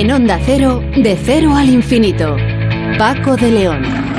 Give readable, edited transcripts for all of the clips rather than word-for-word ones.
En Onda Cero, de cero al infinito. Paco de León.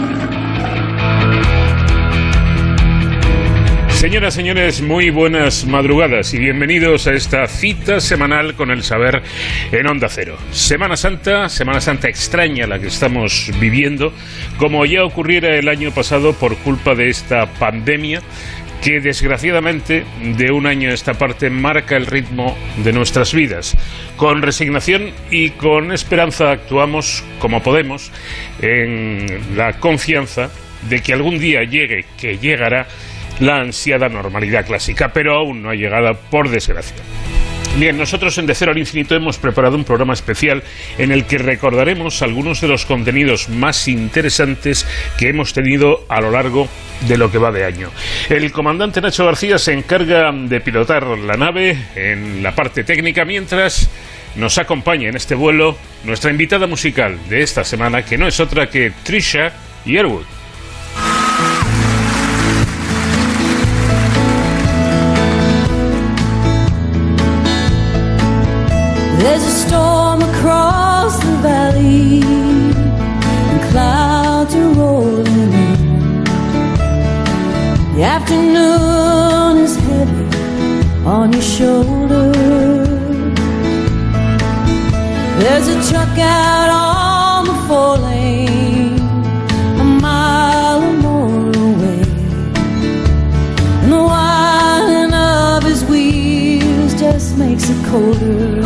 Señoras, señores, muy buenas madrugadas y bienvenidos a esta cita semanal con el saber en Onda Cero. Semana Santa extraña la que estamos viviendo, como ya ocurriera el año pasado por culpa de esta pandemia que desgraciadamente de un año a esta parte marca el ritmo de nuestras vidas. Con resignación y con esperanza actuamos como podemos, en la confianza de que algún día llegue, que llegará, la ansiada normalidad clásica, pero aún no ha llegado, por desgracia. Bien, nosotros en De Cero al Infinito hemos preparado un programa especial en el que recordaremos algunos de los contenidos más interesantes que hemos tenido a lo largo de lo que va de año. El comandante Nacho García se encarga de pilotar la nave en la parte técnica, mientras nos acompaña en este vuelo nuestra invitada musical de esta semana, que no es otra que Trisha Yearwood. There's a storm across the valley, and clouds are rolling in. The afternoon is heavy on your shoulder. There's a truck out on the 4-lane, a mile or more away, and the whining of his wheels just makes it colder.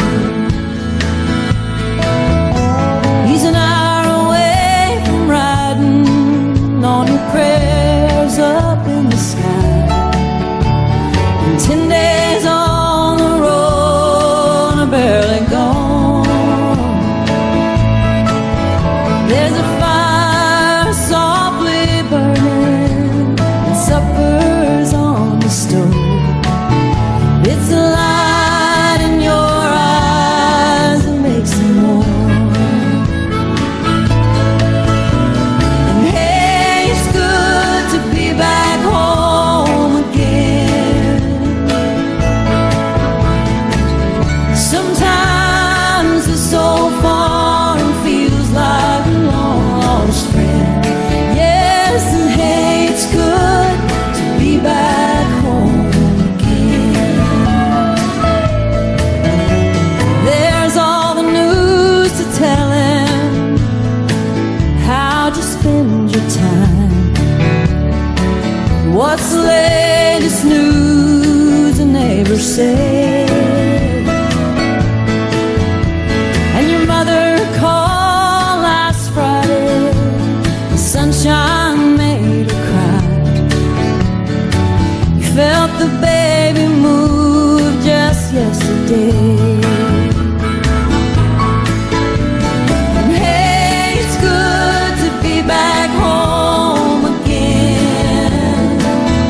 He's an hour away from riding on your prayers up in the sky, and 10 days on the road are barely gone. There's a fire softly burning, and supper's on the stove. It's a light in your eyes that makes them warm. And hey, it's good to be back home again. Sometimes it's so far and feels like a long lost friend. Yes, and hey, it's good to be back home. There's all the news to tell him. How'd you spend your time? What's the latest news the neighbors say? And your mother called last Friday, the sunshine made her cry. You felt the baby move just yesterday. Back home again.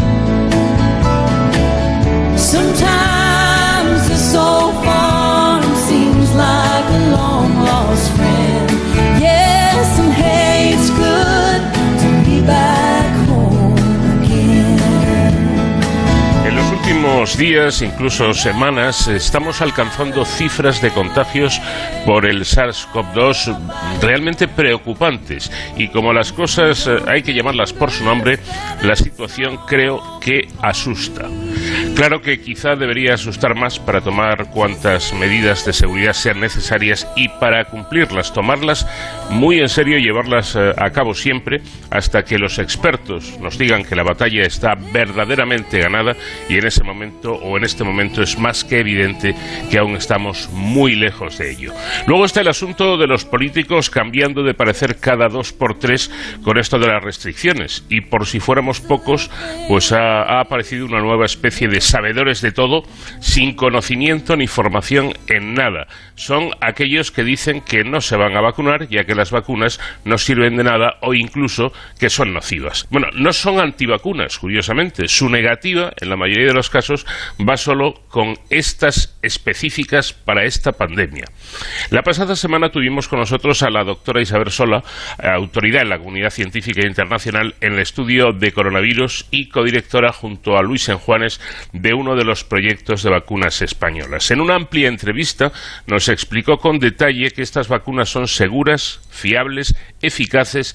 Sometimes it's so far and seems like a long lost friend. Yes, and hey, it's good to be back home again. En los últimos días, incluso semanas, estamos alcanzando cifras de contagios por el SARS-CoV-2 realmente preocupantes, y como las cosas hay que llamarlas por su nombre, la situación creo que asusta. Claro que quizá debería asustar más para tomar cuantas medidas de seguridad sean necesarias y para cumplirlas, tomarlas muy en serio y llevarlas a cabo siempre hasta que los expertos nos digan que la batalla está verdaderamente ganada, y en ese momento o en este momento es más que evidente que aún estamos muy lejos de ello. Luego está el asunto de los políticos cambiando de parecer cada 2 por 3 con esto de las restricciones, y por si fuéramos pocos, pues ha aparecido una nueva especie de sabedores de todo, sin conocimiento ni formación en nada. Son aquellos que dicen que no se van a vacunar, ya que las vacunas no sirven de nada o incluso que son nocivas. Bueno, no son antivacunas, curiosamente. Su negativa, en la mayoría de los casos, va solo con estas específicas para esta pandemia. La pasada semana tuvimos con nosotros a la doctora Isabel Sola, autoridad en la comunidad científica internacional en el estudio de coronavirus y codirectora junto a Luis Enjuanes de uno de los proyectos de vacunas españolas. En una amplia entrevista nos explicó con detalle que estas vacunas son seguras, fiables, eficaces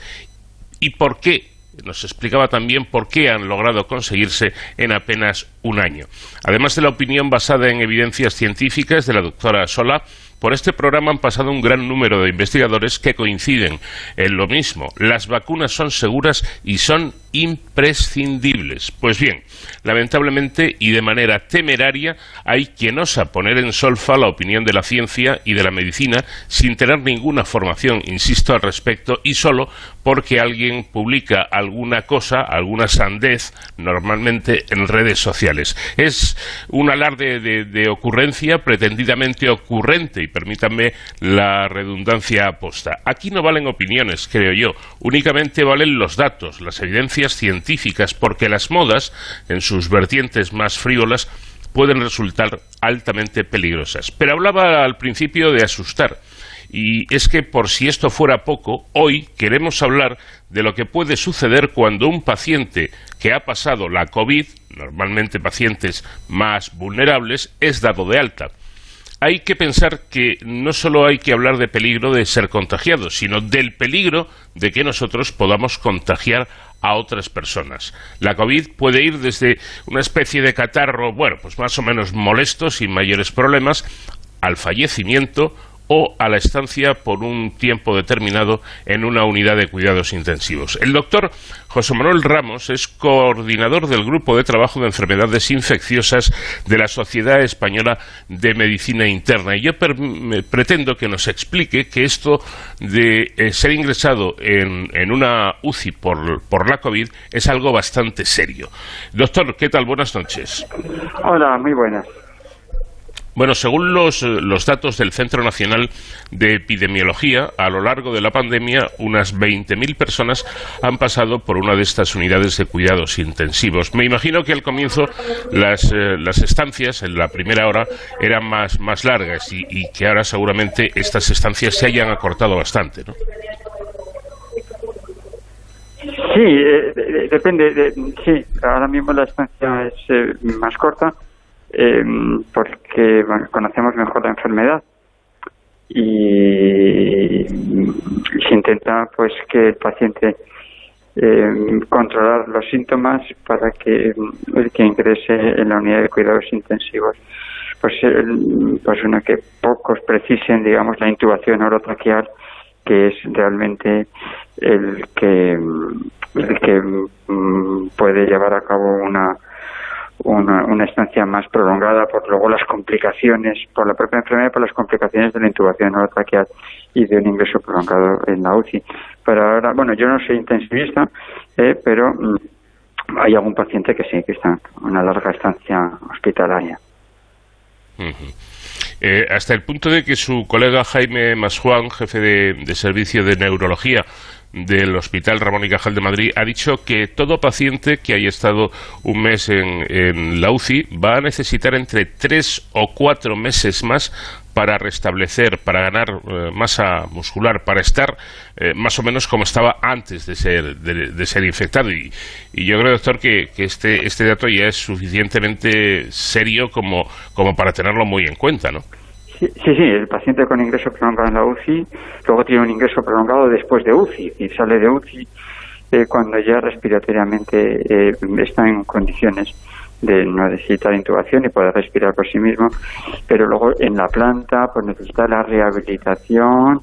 y por qué. Nos explicaba también por qué han logrado conseguirse en apenas un año. Además de la opinión basada en evidencias científicas de la doctora Sola, por este programa han pasado un gran número de investigadores que coinciden en lo mismo. Las vacunas son seguras y son imprescindibles. Pues bien, lamentablemente y de manera temeraria hay quien osa poner en solfa la opinión de la ciencia y de la medicina sin tener ninguna formación, insisto, al respecto, y solo porque alguien publica alguna cosa, alguna sandez, normalmente en redes sociales. Es un alarde de ocurrencia pretendidamente ocurrente, y permítanme la redundancia aposta. Aquí no valen opiniones, creo yo, únicamente valen los datos, las evidencias científicas, porque las modas, en sus vertientes más frívolas, pueden resultar altamente peligrosas. Pero hablaba al principio de asustar. Y es que, por si esto fuera poco, hoy queremos hablar de lo que puede suceder cuando un paciente que ha pasado la COVID, normalmente pacientes más vulnerables, es dado de alta. Hay que pensar que no solo hay que hablar de peligro de ser contagiados, sino del peligro de que nosotros podamos contagiar a otras personas. La COVID puede ir desde una especie de catarro, bueno, pues más o menos molesto, sin mayores problemas, al fallecimiento o a la estancia por un tiempo determinado en una unidad de cuidados intensivos. El doctor José Manuel Ramos es coordinador del Grupo de Trabajo de Enfermedades Infecciosas de la Sociedad Española de Medicina Interna. Y yo pretendo que nos explique que esto de ser ingresado en una UCI por la COVID es algo bastante serio. Doctor, ¿qué tal? Buenas noches. Hola, muy buenas. Bueno, según los datos del Centro Nacional de Epidemiología, a lo largo de la pandemia, unas 20.000 personas han pasado por una de estas unidades de cuidados intensivos. Me imagino que al comienzo las estancias, en la primera hora, eran más largas y que ahora seguramente estas estancias se hayan acortado bastante, ¿no? Sí, depende. Sí, ahora mismo la estancia es más corta. Porque conocemos mejor la enfermedad y se intenta pues que el paciente controlar los síntomas para que el que ingrese en la unidad de cuidados intensivos pues uno que pocos precisen, digamos, la intubación orotraqueal, que es realmente el que puede llevar a cabo una estancia más prolongada por luego las complicaciones, por la propia enfermedad, por las complicaciones de la intubación orotraqueal y de un ingreso prolongado en la UCI. Pero ahora, bueno, yo no soy intensivista, pero hay algún paciente que sí, que está en una larga estancia hospitalaria. Hasta el punto de que su colega Jaime Masjuan, jefe de servicio de neurología del Hospital Ramón y Cajal de Madrid, ha dicho que todo paciente que haya estado un mes en la UCI va a necesitar entre 3 o 4 meses más para restablecer, para ganar masa muscular, para estar más o menos como estaba antes de ser infectado. Y yo creo, doctor, que este dato ya es suficientemente serio como para tenerlo muy en cuenta, ¿no? Sí, el paciente con ingreso prolongado en la UCI luego tiene un ingreso prolongado después de UCI y sale de UCI cuando ya respiratoriamente está en condiciones de no necesitar intubación y poder respirar por sí mismo, pero luego en la planta pues necesita la rehabilitación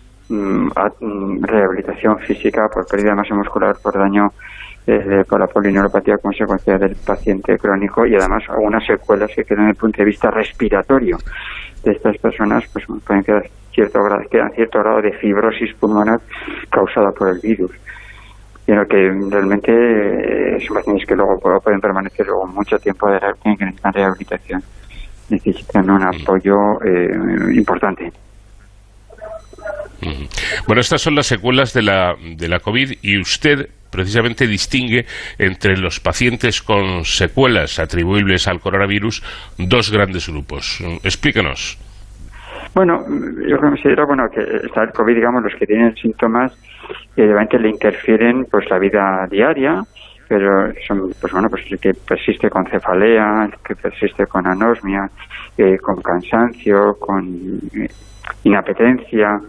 física por pérdida de masa muscular, por daño por la polineuropatía a consecuencia del paciente crónico, y además algunas secuelas que quedan desde el punto de vista respiratorio de estas personas, pues pueden quedar cierto grado de fibrosis pulmonar causada por el virus. Pero que realmente son pacientes que luego pueden permanecer luego mucho tiempo que necesitan rehabilitación, necesitan un apoyo importante. Bueno, estas son las secuelas de la COVID, y usted precisamente distingue entre los pacientes con secuelas atribuibles al coronavirus dos grandes grupos. Explícanos. Bueno, yo considero que está el COVID, digamos, los que tienen síntomas que realmente le interfieren pues la vida diaria, pero son, pues bueno, pues el que persiste con cefalea, el que persiste con anosmia, con cansancio, con inapetencia.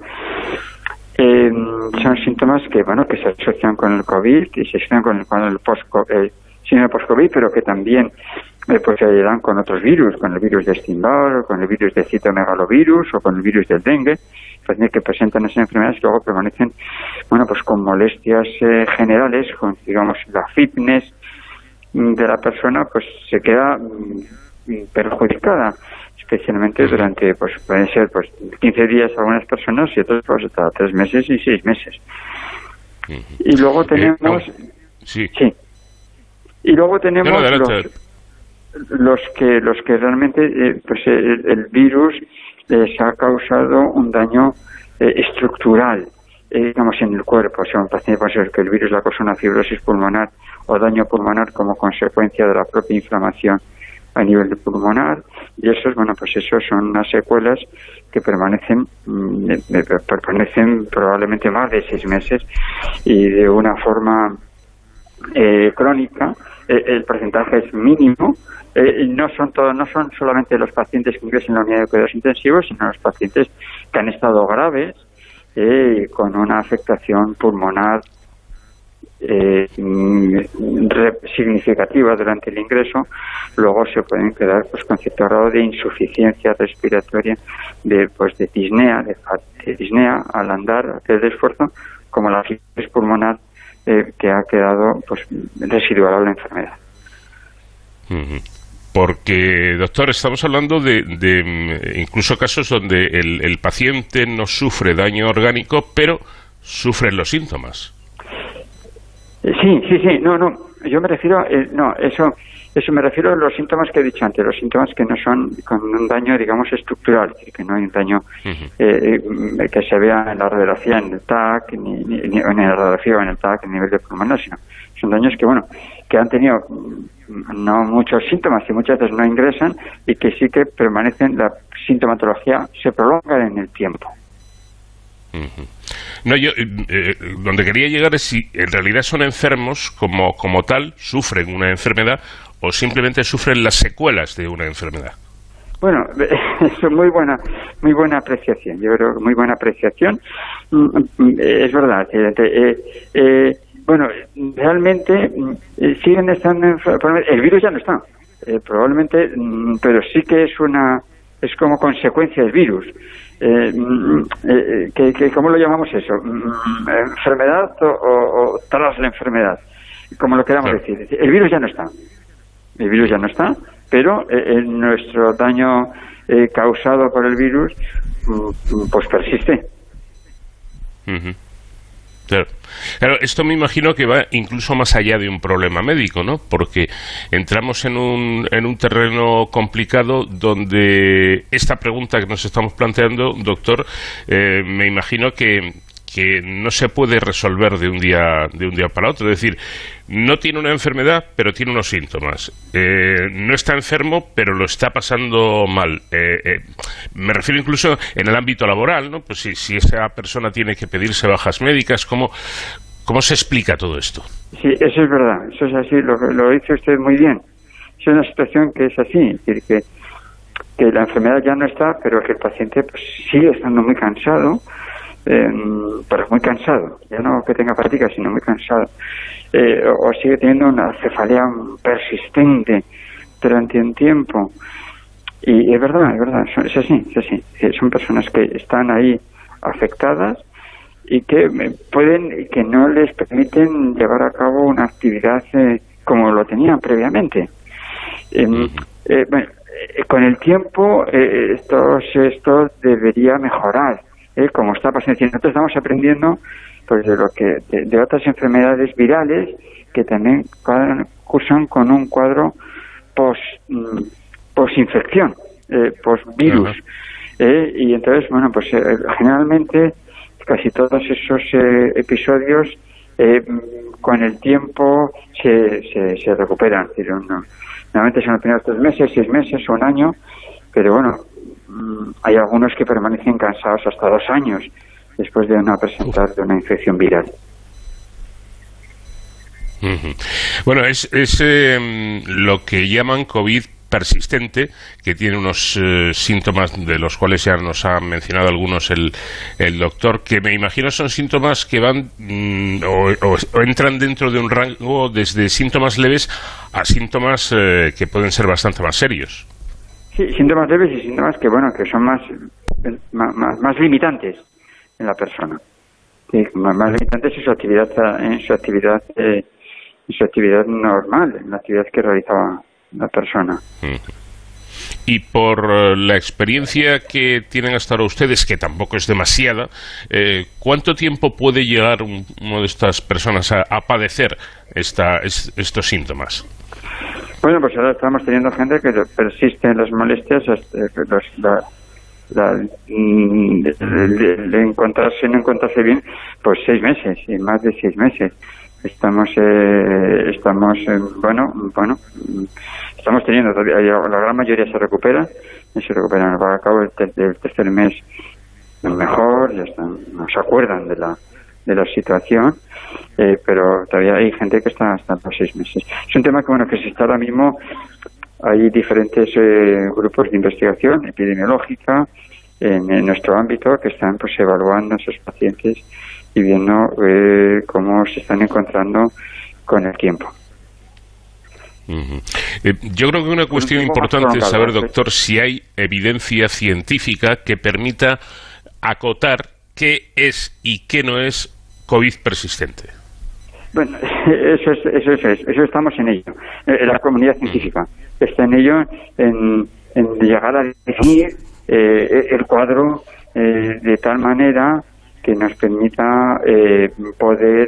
Son síntomas que, bueno, que se asocian con el COVID y se asocian con el post-COVID, pero que también pues se dan con otros virus, con el virus de Epstein-Barr, con el virus de citomegalovirus o con el virus del dengue, que presentan esas enfermedades y luego permanecen, bueno, pues con molestias generales, con, digamos, la fitness de la persona, pues se queda perjudicada, especialmente durante, pues pueden ser pues 15 días algunas personas y otros pues hasta 3 meses y 6 meses. Y luego tenemos... Sí. Y luego tenemos los que realmente pues el virus se ha causado un daño estructural, digamos, en el cuerpo. O sea, un paciente puede ser que el virus le causa una fibrosis pulmonar o daño pulmonar como consecuencia de la propia inflamación a nivel de pulmonar, y esos, bueno, pues esos son unas secuelas que permanecen probablemente más de 6 meses y de una forma crónica. El porcentaje es mínimo. No son solamente los pacientes que ingresan en la unidad de cuidados intensivos, sino los pacientes que han estado graves con una afectación pulmonar significativa durante el ingreso. Luego se pueden quedar pues con cierto grado de insuficiencia respiratoria, de disnea al andar, hacer el esfuerzo, como la fibrosis pulmonar que ha quedado pues residual a la enfermedad. Porque, doctor, estamos hablando de incluso casos donde el paciente no sufre daño orgánico, pero sufren los síntomas. Sí, no, yo me refiero, eso me refiero a los síntomas que he dicho antes, los síntomas que no son con un daño, digamos, estructural, que no hay un daño que se vea en la radiografía, en el TAC, ni en la radiografía o en el TAC, en el nivel de pulmón, sino son daños que, bueno, que han tenido no muchos síntomas y muchas veces no ingresan y que sí que permanecen, la sintomatología se prolonga en el tiempo. No, yo donde quería llegar es si en realidad son enfermos como tal, sufren una enfermedad o simplemente sufren las secuelas de una enfermedad. Bueno, es muy buena apreciación. Yo creo que muy buena apreciación. Es verdad. Bueno, realmente siguen estando enfermos. El virus ya no está, probablemente, pero sí que es como consecuencia del virus. ¿Cómo lo llamamos eso? ¿Enfermedad o tras la enfermedad? Como lo queramos decir. El virus ya no está, pero nuestro daño causado por el virus pues persiste. Claro, esto me imagino que va incluso más allá de un problema médico, ¿no? Porque entramos en un terreno complicado donde esta pregunta que nos estamos planteando, doctor, me imagino que no se puede resolver de un día para otro. Es decir, no tiene una enfermedad, pero tiene unos síntomas. No está enfermo, pero lo está pasando mal. Me refiero incluso en el ámbito laboral, ¿no? Pues si esa persona tiene que pedirse bajas médicas, ¿cómo se explica todo esto? Sí, eso es verdad. Eso es así. Lo dice usted muy bien. Es una situación que es así. Es decir, que la enfermedad ya no está, pero que el paciente pues sigue estando muy cansado. Pero muy cansado, ya no que tenga fatiga, sino muy cansado, o sigue teniendo una cefalea persistente durante un tiempo, y es verdad, es así, son personas que están ahí afectadas y que que no les permiten llevar a cabo una actividad como lo tenían previamente. Bueno, con el tiempo esto debería mejorar. Como está pasando, nosotros estamos aprendiendo pues de otras enfermedades virales que también cursan con un cuadro post-infección, post-virus. Y entonces, bueno, pues generalmente casi todos esos episodios con el tiempo se recuperan. Es decir, normalmente son los primeros 3 meses, 6 meses o un año, pero bueno, hay algunos que permanecen cansados hasta 2 años después de presentar una infección viral. Bueno, es lo que llaman COVID persistente, que tiene unos síntomas de los cuales ya nos ha mencionado algunos el doctor, que me imagino son síntomas que van o entran dentro de un rango desde síntomas leves a síntomas que pueden ser bastante más serios. Sí, síntomas leves y síntomas que son más limitantes en la persona. Sí, más limitantes en su actividad normal, en la actividad que realizaba la persona. Y por la experiencia que tienen hasta ahora ustedes, que tampoco es demasiada, ¿cuánto tiempo puede llegar una de estas personas a padecer estos síntomas? Bueno, pues ahora estamos teniendo gente que persisten las molestias, de no encontrarse bien, pues 6 meses y más de 6 meses. Estamos teniendo todavía, la gran mayoría se recuperan al cabo del tercer mes mejor, ya están, no se acuerdan de la situación, pero todavía hay gente que está hasta los 6 meses. Es un tema que se está ahora mismo, hay diferentes grupos de investigación epidemiológica en nuestro ámbito que están evaluando a esos pacientes y viendo cómo se están encontrando con el tiempo. Yo creo que una cuestión importante es saber, doctor, si hay evidencia científica que permita acotar qué es y qué no es COVID persistente. Bueno, eso estamos en ello. La comunidad científica está en ello, en llegar a definir el cuadro de tal manera que nos permita poder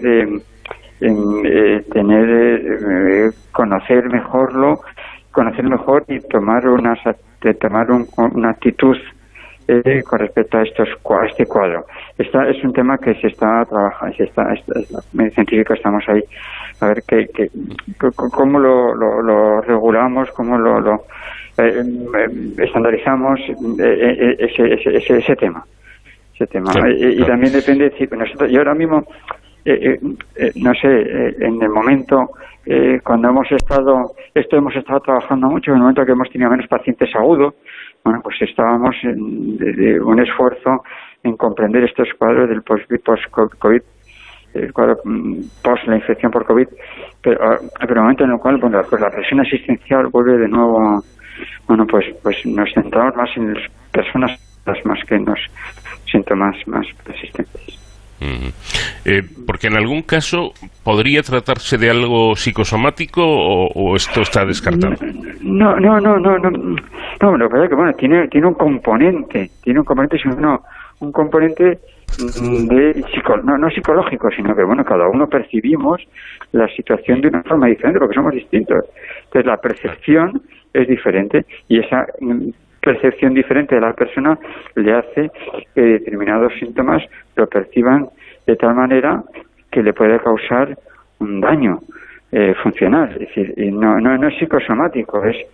conocer mejor y tomar una actitud con respecto a este cuadro. Es un tema que se está trabajando, la científica estamos ahí a ver cómo lo regulamos, cómo lo estandarizamos ese tema. Claro, y también depende de nosotros. Yo ahora mismo no sé, en el momento cuando hemos estado trabajando mucho, en el momento que hemos tenido menos pacientes agudos, pues estábamos de un esfuerzo en comprender estos cuadros del post-COVID, el cuadro post la infección por COVID, pero el momento en el cual la presión asistencial vuelve de nuevo, pues nos centramos más en las personas más que en los síntomas más persistentes. Porque en algún caso podría tratarse de algo psicosomático o esto está descartado. No, lo que pasa es que tiene un componente, un componente no psicológico, sino que cada uno percibimos la situación de una forma diferente porque somos distintos. Entonces la percepción es diferente y esa percepción diferente de la persona le hace que determinados síntomas lo perciban de tal manera que le puede causar un daño funcional. Es decir, y no es psicosomático, es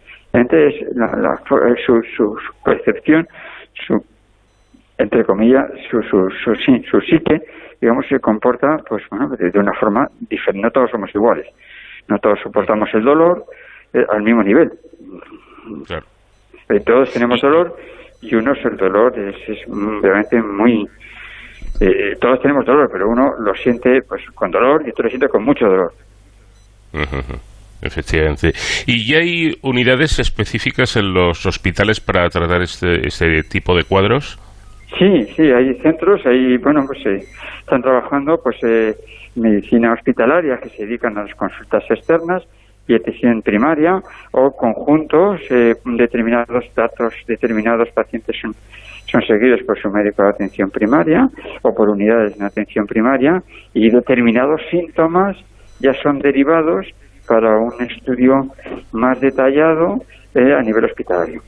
su percepción, entre comillas, su psique, digamos, se comporta de una forma diferente. No todos somos iguales, no todos soportamos el dolor al mismo nivel. Claro. Todos tenemos dolor y el dolor es realmente muy... todos tenemos dolor, pero uno lo siente con dolor y otro lo siente con mucho dolor. Efectivamente. ¿Y ya hay unidades específicas en los hospitales para tratar este tipo de cuadros? Sí, hay centros, están trabajando medicina hospitalaria que se dedican a las consultas externas y atención primaria o conjuntos, determinados pacientes son seguidos por su médico de atención primaria o por unidades de atención primaria y determinados síntomas ya son derivados para un estudio más detallado a nivel hospitalario.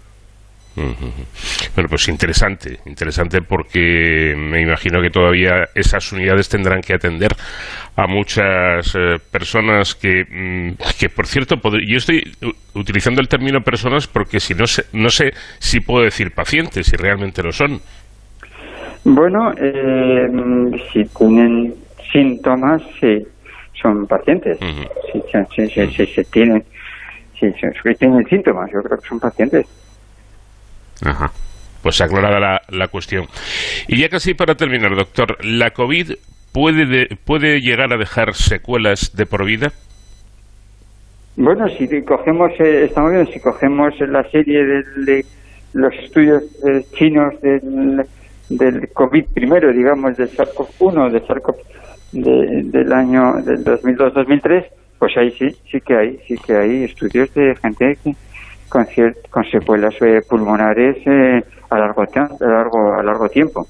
Bueno, pues interesante porque me imagino que todavía esas unidades tendrán que atender a muchas personas que por cierto, yo estoy utilizando el término personas porque si no sé si puedo decir pacientes, si realmente lo son. Bueno, si tienen síntomas, sí, son pacientes. Si tienen síntomas, yo creo que son pacientes. Ajá. Pues aclarada la cuestión. Y ya casi para terminar, doctor, ¿la COVID puede llegar a dejar secuelas de por vida? Bueno, si cogemos, estamos viendo, si cogemos la serie de los estudios chinos del COVID primero, digamos, del SARS-CoV-1, del año del 2002-2003, pues ahí sí que hay estudios de gente con secuelas pulmonares a largo tiempo.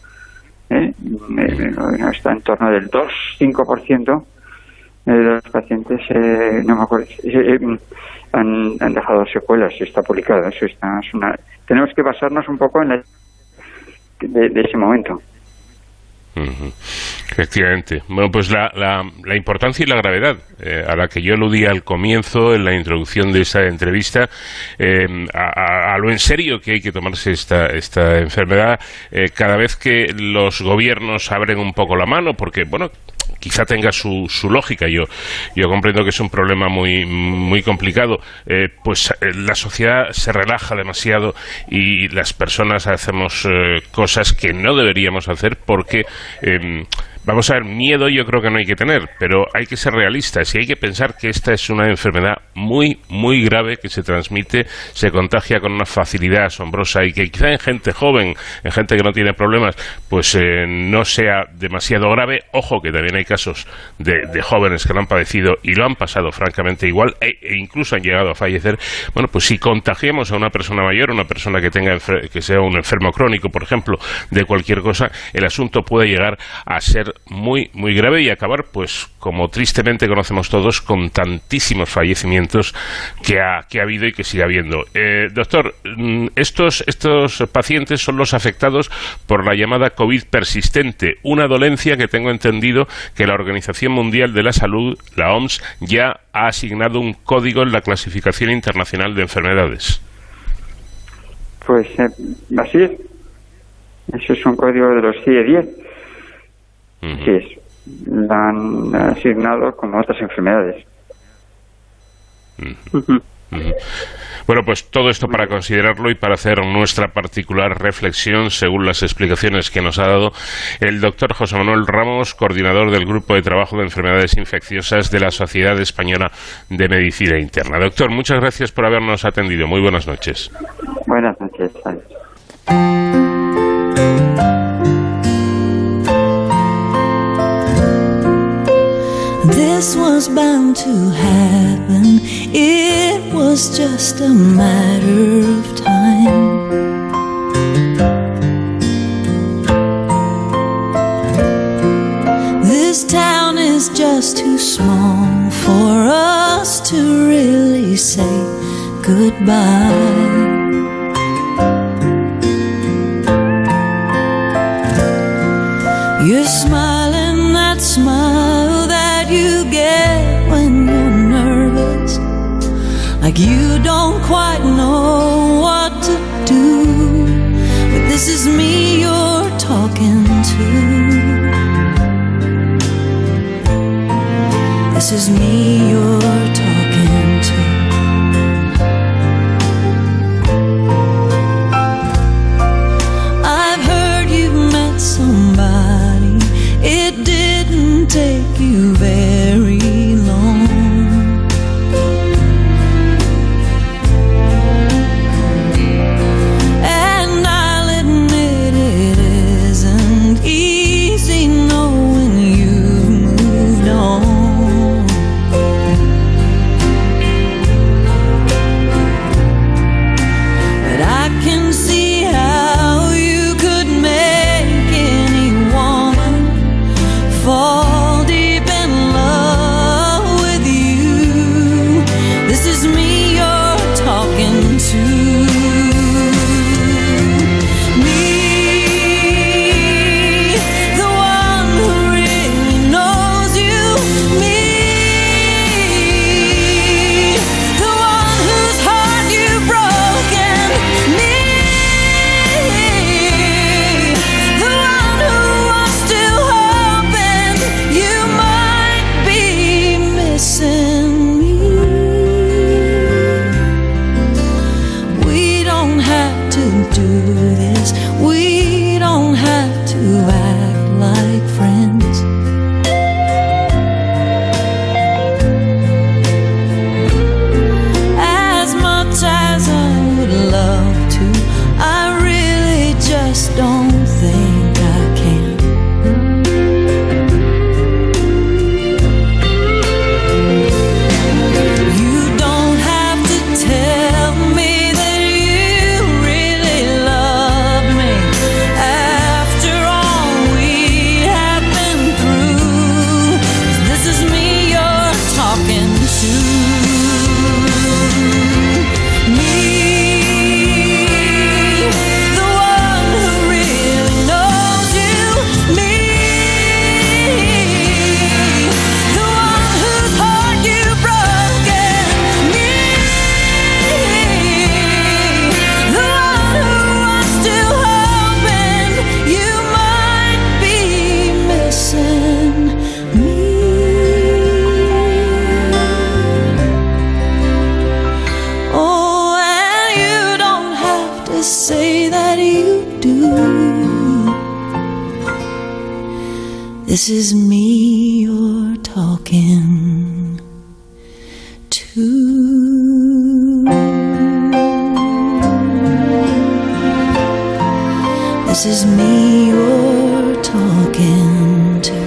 Está en torno del 2-5% de los pacientes, no me acuerdo, han dejado secuelas. Está publicado, eso tenemos que basarnos un poco en de ese momento. Efectivamente. Bueno, pues la importancia y la gravedad a la que yo aludía al comienzo, en la introducción de esta entrevista, a lo en serio que hay que tomarse esta enfermedad, cada vez que los gobiernos abren un poco la mano, porque, bueno, quizá tenga su lógica. Yo comprendo que es un problema muy muy complicado, pues la sociedad se relaja demasiado y las personas hacemos cosas que no deberíamos hacer porque vamos a ver, miedo yo creo que no hay que tener, pero hay que ser realistas y hay que pensar que esta es una enfermedad muy, muy grave que se transmite, se contagia con una facilidad asombrosa y que quizá en gente joven, en gente que no tiene problemas, pues no sea demasiado grave. Ojo que también hay casos de jóvenes que lo han padecido y lo han pasado francamente igual e incluso han llegado a fallecer. Bueno, pues si contagiamos a una persona mayor, una persona que sea un enfermo crónico, por ejemplo, de cualquier cosa, el asunto puede llegar a ser muy, muy grave y acabar, pues, como tristemente conocemos todos, con tantísimos fallecimientos que ha habido y que sigue habiendo. Doctor, estos pacientes son los afectados por la llamada COVID persistente, una dolencia que tengo entendido que la Organización Mundial de la Salud, la OMS, ya ha asignado un código en la clasificación internacional de enfermedades. Pues así es. Ese es un código de los CIE-10. Que la han asignado como otras enfermedades. Bueno, pues todo esto para considerarlo y para hacer nuestra particular reflexión según las explicaciones que nos ha dado el doctor José Manuel Ramos, coordinador del Grupo de Trabajo de Enfermedades Infecciosas de la Sociedad Española de Medicina Interna. Doctor, muchas gracias por habernos atendido. Muy buenas noches. Buenas noches. This was bound to happen. It was just a matter of time. This town is just too small for us to really say goodbye. You're smiling that smile that you get when you're nervous, like you don't quite know what to do. But this is me you're talking to. This is me you're talking to. I've heard you've met somebody. It didn't take you very long. And I'll admit This is me you're talking to. This is me you're talking to.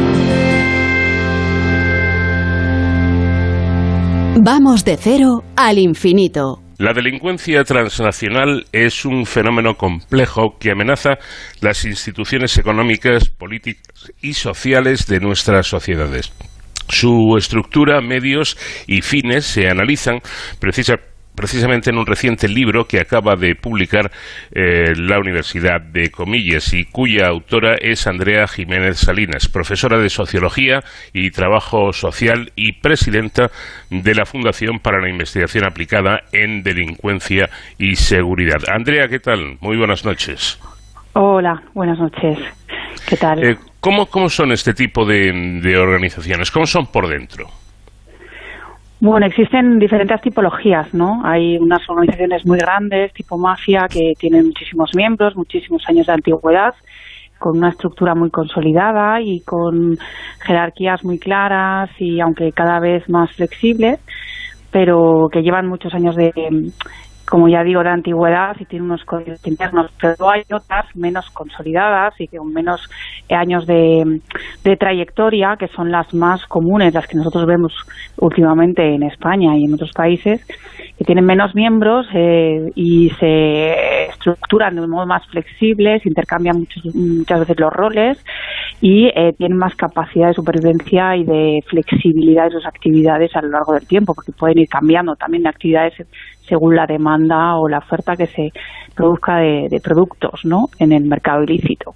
Vamos de cero al infinito. La delincuencia transnacional es un fenómeno complejo que amenaza las instituciones económicas, políticas y sociales de nuestras sociedades. Su estructura, medios y fines se analizan precisamente en un reciente libro que acaba de publicar la Universidad de Comillas y cuya autora es Andrea Jiménez Salinas, profesora de Sociología y Trabajo Social y presidenta de la Fundación para la Investigación Aplicada en Delincuencia y Seguridad. Andrea, ¿qué tal? Muy buenas noches. Hola, buenas noches. ¿Qué tal? ¿Cómo son este tipo de organizaciones? ¿Cómo son por dentro? Bueno, existen diferentes tipologías, ¿no? Hay unas organizaciones muy grandes, tipo mafia, que tienen muchísimos miembros, muchísimos años de antigüedad, con una estructura muy consolidada y con jerarquías muy claras y aunque cada vez más flexibles, pero que llevan muchos años de, como ya digo, de antigüedad y tienen unos códigos internos, pero hay otras menos consolidadas y con menos años de trayectoria, que son las más comunes, las que nosotros vemos últimamente en España y en otros países, que tienen menos miembros y se estructuran de un modo más flexible, se intercambian muchas veces los roles y tienen más capacidad de supervivencia y de flexibilidad de sus actividades a lo largo del tiempo, porque pueden ir cambiando también de actividades según la demanda o la oferta que se produzca de productos, ¿no?, en el mercado ilícito.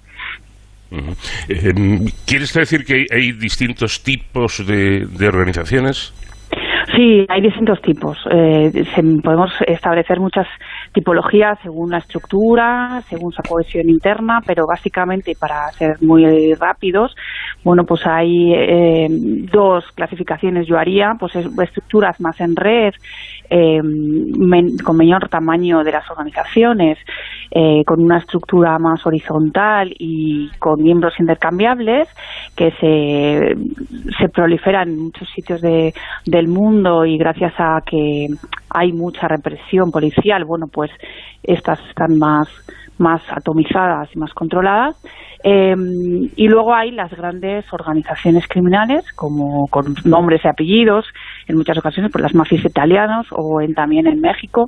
¿Quieres decir que hay distintos tipos de organizaciones? Sí, hay distintos tipos. Podemos establecer muchas tipologías según la estructura, según su cohesión interna, pero básicamente, para ser muy rápidos, bueno, pues hay dos clasificaciones yo haría, pues estructuras más en red, con menor tamaño de las organizaciones, con una estructura más horizontal y con miembros intercambiables que se proliferan en muchos sitios del mundo, y gracias a que hay mucha represión policial, bueno, pues estas están más atomizadas y más controladas. Y luego hay las grandes organizaciones criminales, como con nombres y apellidos, en muchas ocasiones por las mafias italianas o también en México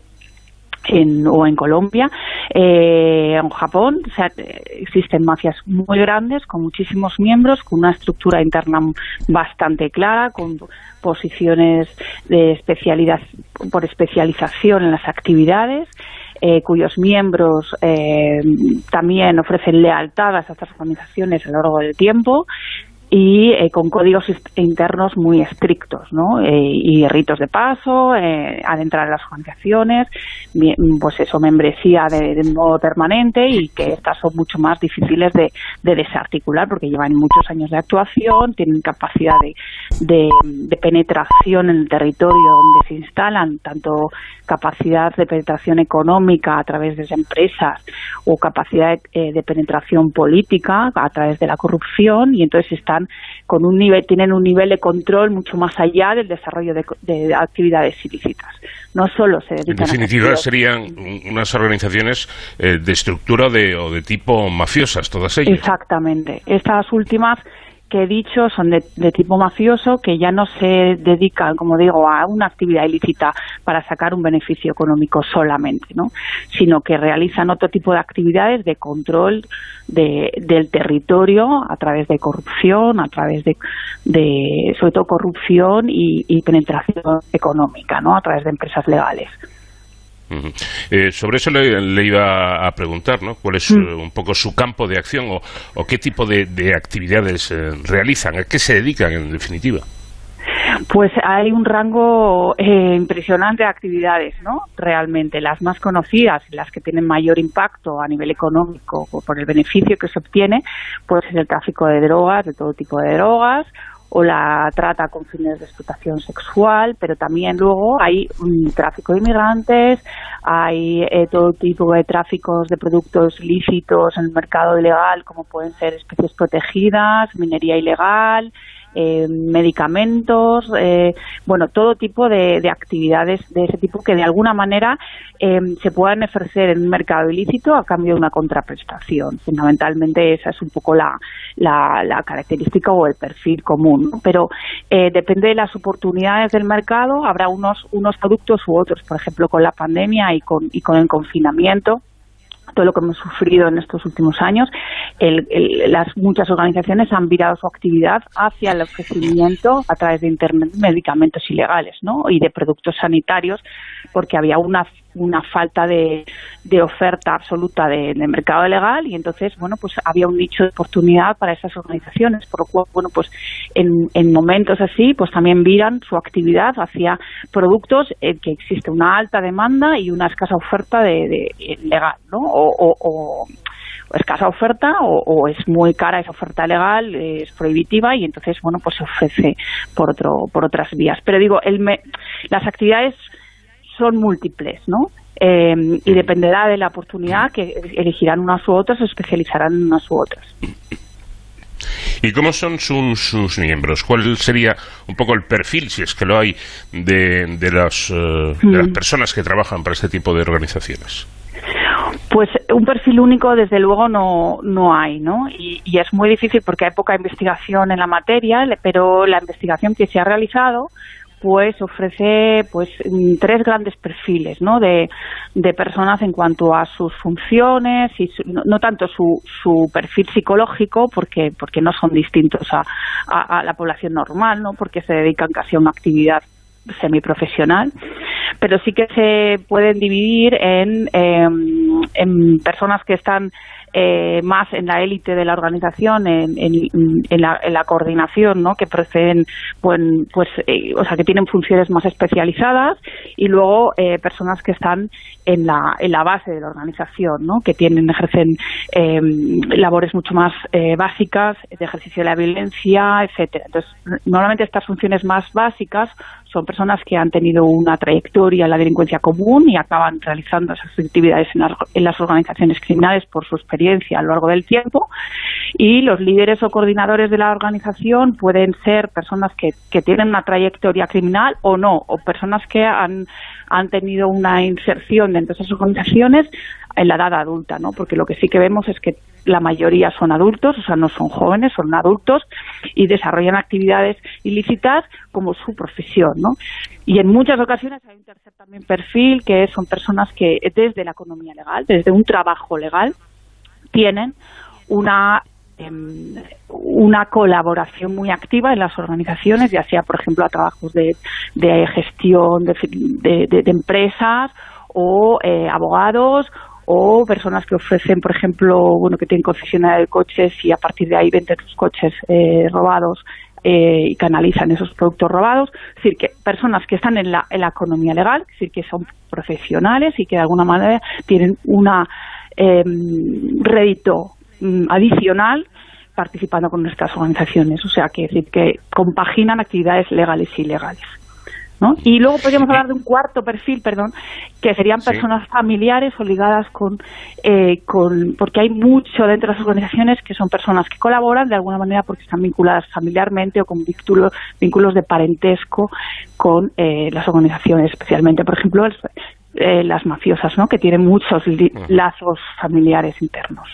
o en Colombia, en Japón. O sea, existen mafias muy grandes con muchísimos miembros, con una estructura interna bastante clara, con posiciones de especialidad por especialización en las actividades, cuyos miembros también ofrecen lealtad a estas organizaciones a lo largo del tiempo, y con códigos internos muy estrictos, ¿no? Y ritos de paso al entrar a las organizaciones, pues eso, membresía de modo permanente, y que estas son mucho más difíciles de desarticular porque llevan muchos años de actuación, tienen capacidad de penetración en el territorio donde se instalan, tanto capacidad de penetración económica a través de empresas o capacidad de penetración política a través de la corrupción, y entonces tienen un nivel de control mucho más allá del desarrollo de actividades ilícitas. No solo se dedican en definitiva serían unas organizaciones de estructura o de tipo mafiosas, todas ellas. Exactamente. Estas últimas que he dicho son de tipo mafioso, que ya no se dedican, como digo, a una actividad ilícita para sacar un beneficio económico solamente, ¿no?, sino que realizan otro tipo de actividades de control del territorio a través de corrupción, a través de sobre todo corrupción y penetración económica, ¿no?, a través de empresas legales. Sobre eso le iba a preguntar, ¿no?, cuál es un poco su campo de acción o qué tipo de actividades realizan, a qué se dedican en definitiva. Pues hay un rango impresionante de actividades, ¿no? Realmente las más conocidas y las que tienen mayor impacto a nivel económico o por el beneficio que se obtiene, pues es el tráfico de drogas, de todo tipo de drogas, o la trata con fines de explotación sexual, pero también luego hay tráfico de inmigrantes, hay todo tipo de tráficos de productos ilícitos en el mercado ilegal, como pueden ser especies protegidas, minería ilegal, medicamentos, bueno, todo tipo de actividades de ese tipo que de alguna manera se puedan ejercer en un mercado ilícito a cambio de una contraprestación. Fundamentalmente esa es un poco la característica o el perfil común, ¿no? Pero depende de las oportunidades del mercado, habrá unos productos u otros. Por ejemplo, con la pandemia y con el confinamiento, todo lo que hemos sufrido en estos últimos años, muchas organizaciones han virado su actividad hacia el ofrecimiento a través de Internet de medicamentos ilegales, ¿no? Y de productos sanitarios, porque había una falta de oferta absoluta de mercado legal, y entonces, bueno, pues había un nicho de oportunidad para esas organizaciones, por lo cual, bueno, pues en momentos así, pues también viran su actividad hacia productos en que existe una alta demanda y una escasa oferta de legal, ¿no? O escasa oferta o es muy cara esa oferta legal, es prohibitiva, y entonces, bueno, pues se ofrece por otras vías. Pero digo, las actividades son múltiples, ¿no? Y dependerá de la oportunidad que elegirán unas u otras, se especializarán en unas u otras. ¿Y cómo son sus miembros? ¿Cuál sería un poco el perfil, si es que lo hay, de las personas que trabajan para este tipo de organizaciones? Pues un perfil único desde luego no hay, ¿no? Y es muy difícil porque hay poca investigación en la materia, pero la investigación que se ha realizado pues ofrece pues 3 grandes perfiles, ¿no? de personas en cuanto a sus funciones y no tanto su perfil psicológico, porque no son distintos a la población normal, ¿no? Porque se dedican casi a una actividad semiprofesional, pero sí que se pueden dividir en personas que están más en la élite de la organización, en la coordinación, ¿no? Que proceden, o sea, que tienen funciones más especializadas, y luego personas que están en la base de la organización, ¿no? Que ejercen labores mucho más básicas de ejercicio de la violencia, etcétera. Entonces, normalmente estas funciones más básicas son personas que han tenido una trayectoria en la delincuencia común y acaban realizando esas actividades en las organizaciones criminales por su experiencia a lo largo del tiempo, y los líderes o coordinadores de la organización pueden ser personas que tienen una trayectoria criminal o no, o personas que han tenido una inserción dentro de esas organizaciones en la edad adulta, ¿no? Porque lo que sí que vemos es que la mayoría son adultos, o sea, no son jóvenes, son adultos, y desarrollan actividades ilícitas como su profesión, ¿no? Y en muchas ocasiones hay un tercer también perfil, que son personas que desde la economía legal, desde un trabajo legal, tienen una colaboración muy activa en las organizaciones, ya sea, por ejemplo, a trabajos de gestión de empresas, o abogados, o personas que ofrecen, por ejemplo, que tienen concesionaria de coches y a partir de ahí venden sus coches robados y canalizan esos productos robados. Es decir, que personas que están en la economía legal, es decir, que son profesionales y que de alguna manera tienen una rédito adicional participando con nuestras organizaciones, o sea, que compaginan actividades legales y ilegales, ¿no? Y luego podríamos hablar de un cuarto perfil, que serían personas familiares o ligadas porque hay mucho dentro de las organizaciones que son personas que colaboran de alguna manera porque están vinculadas familiarmente o con vínculos de parentesco con las organizaciones, especialmente, por ejemplo, las mafiosas, ¿no? Que tienen muchos lazos familiares internos.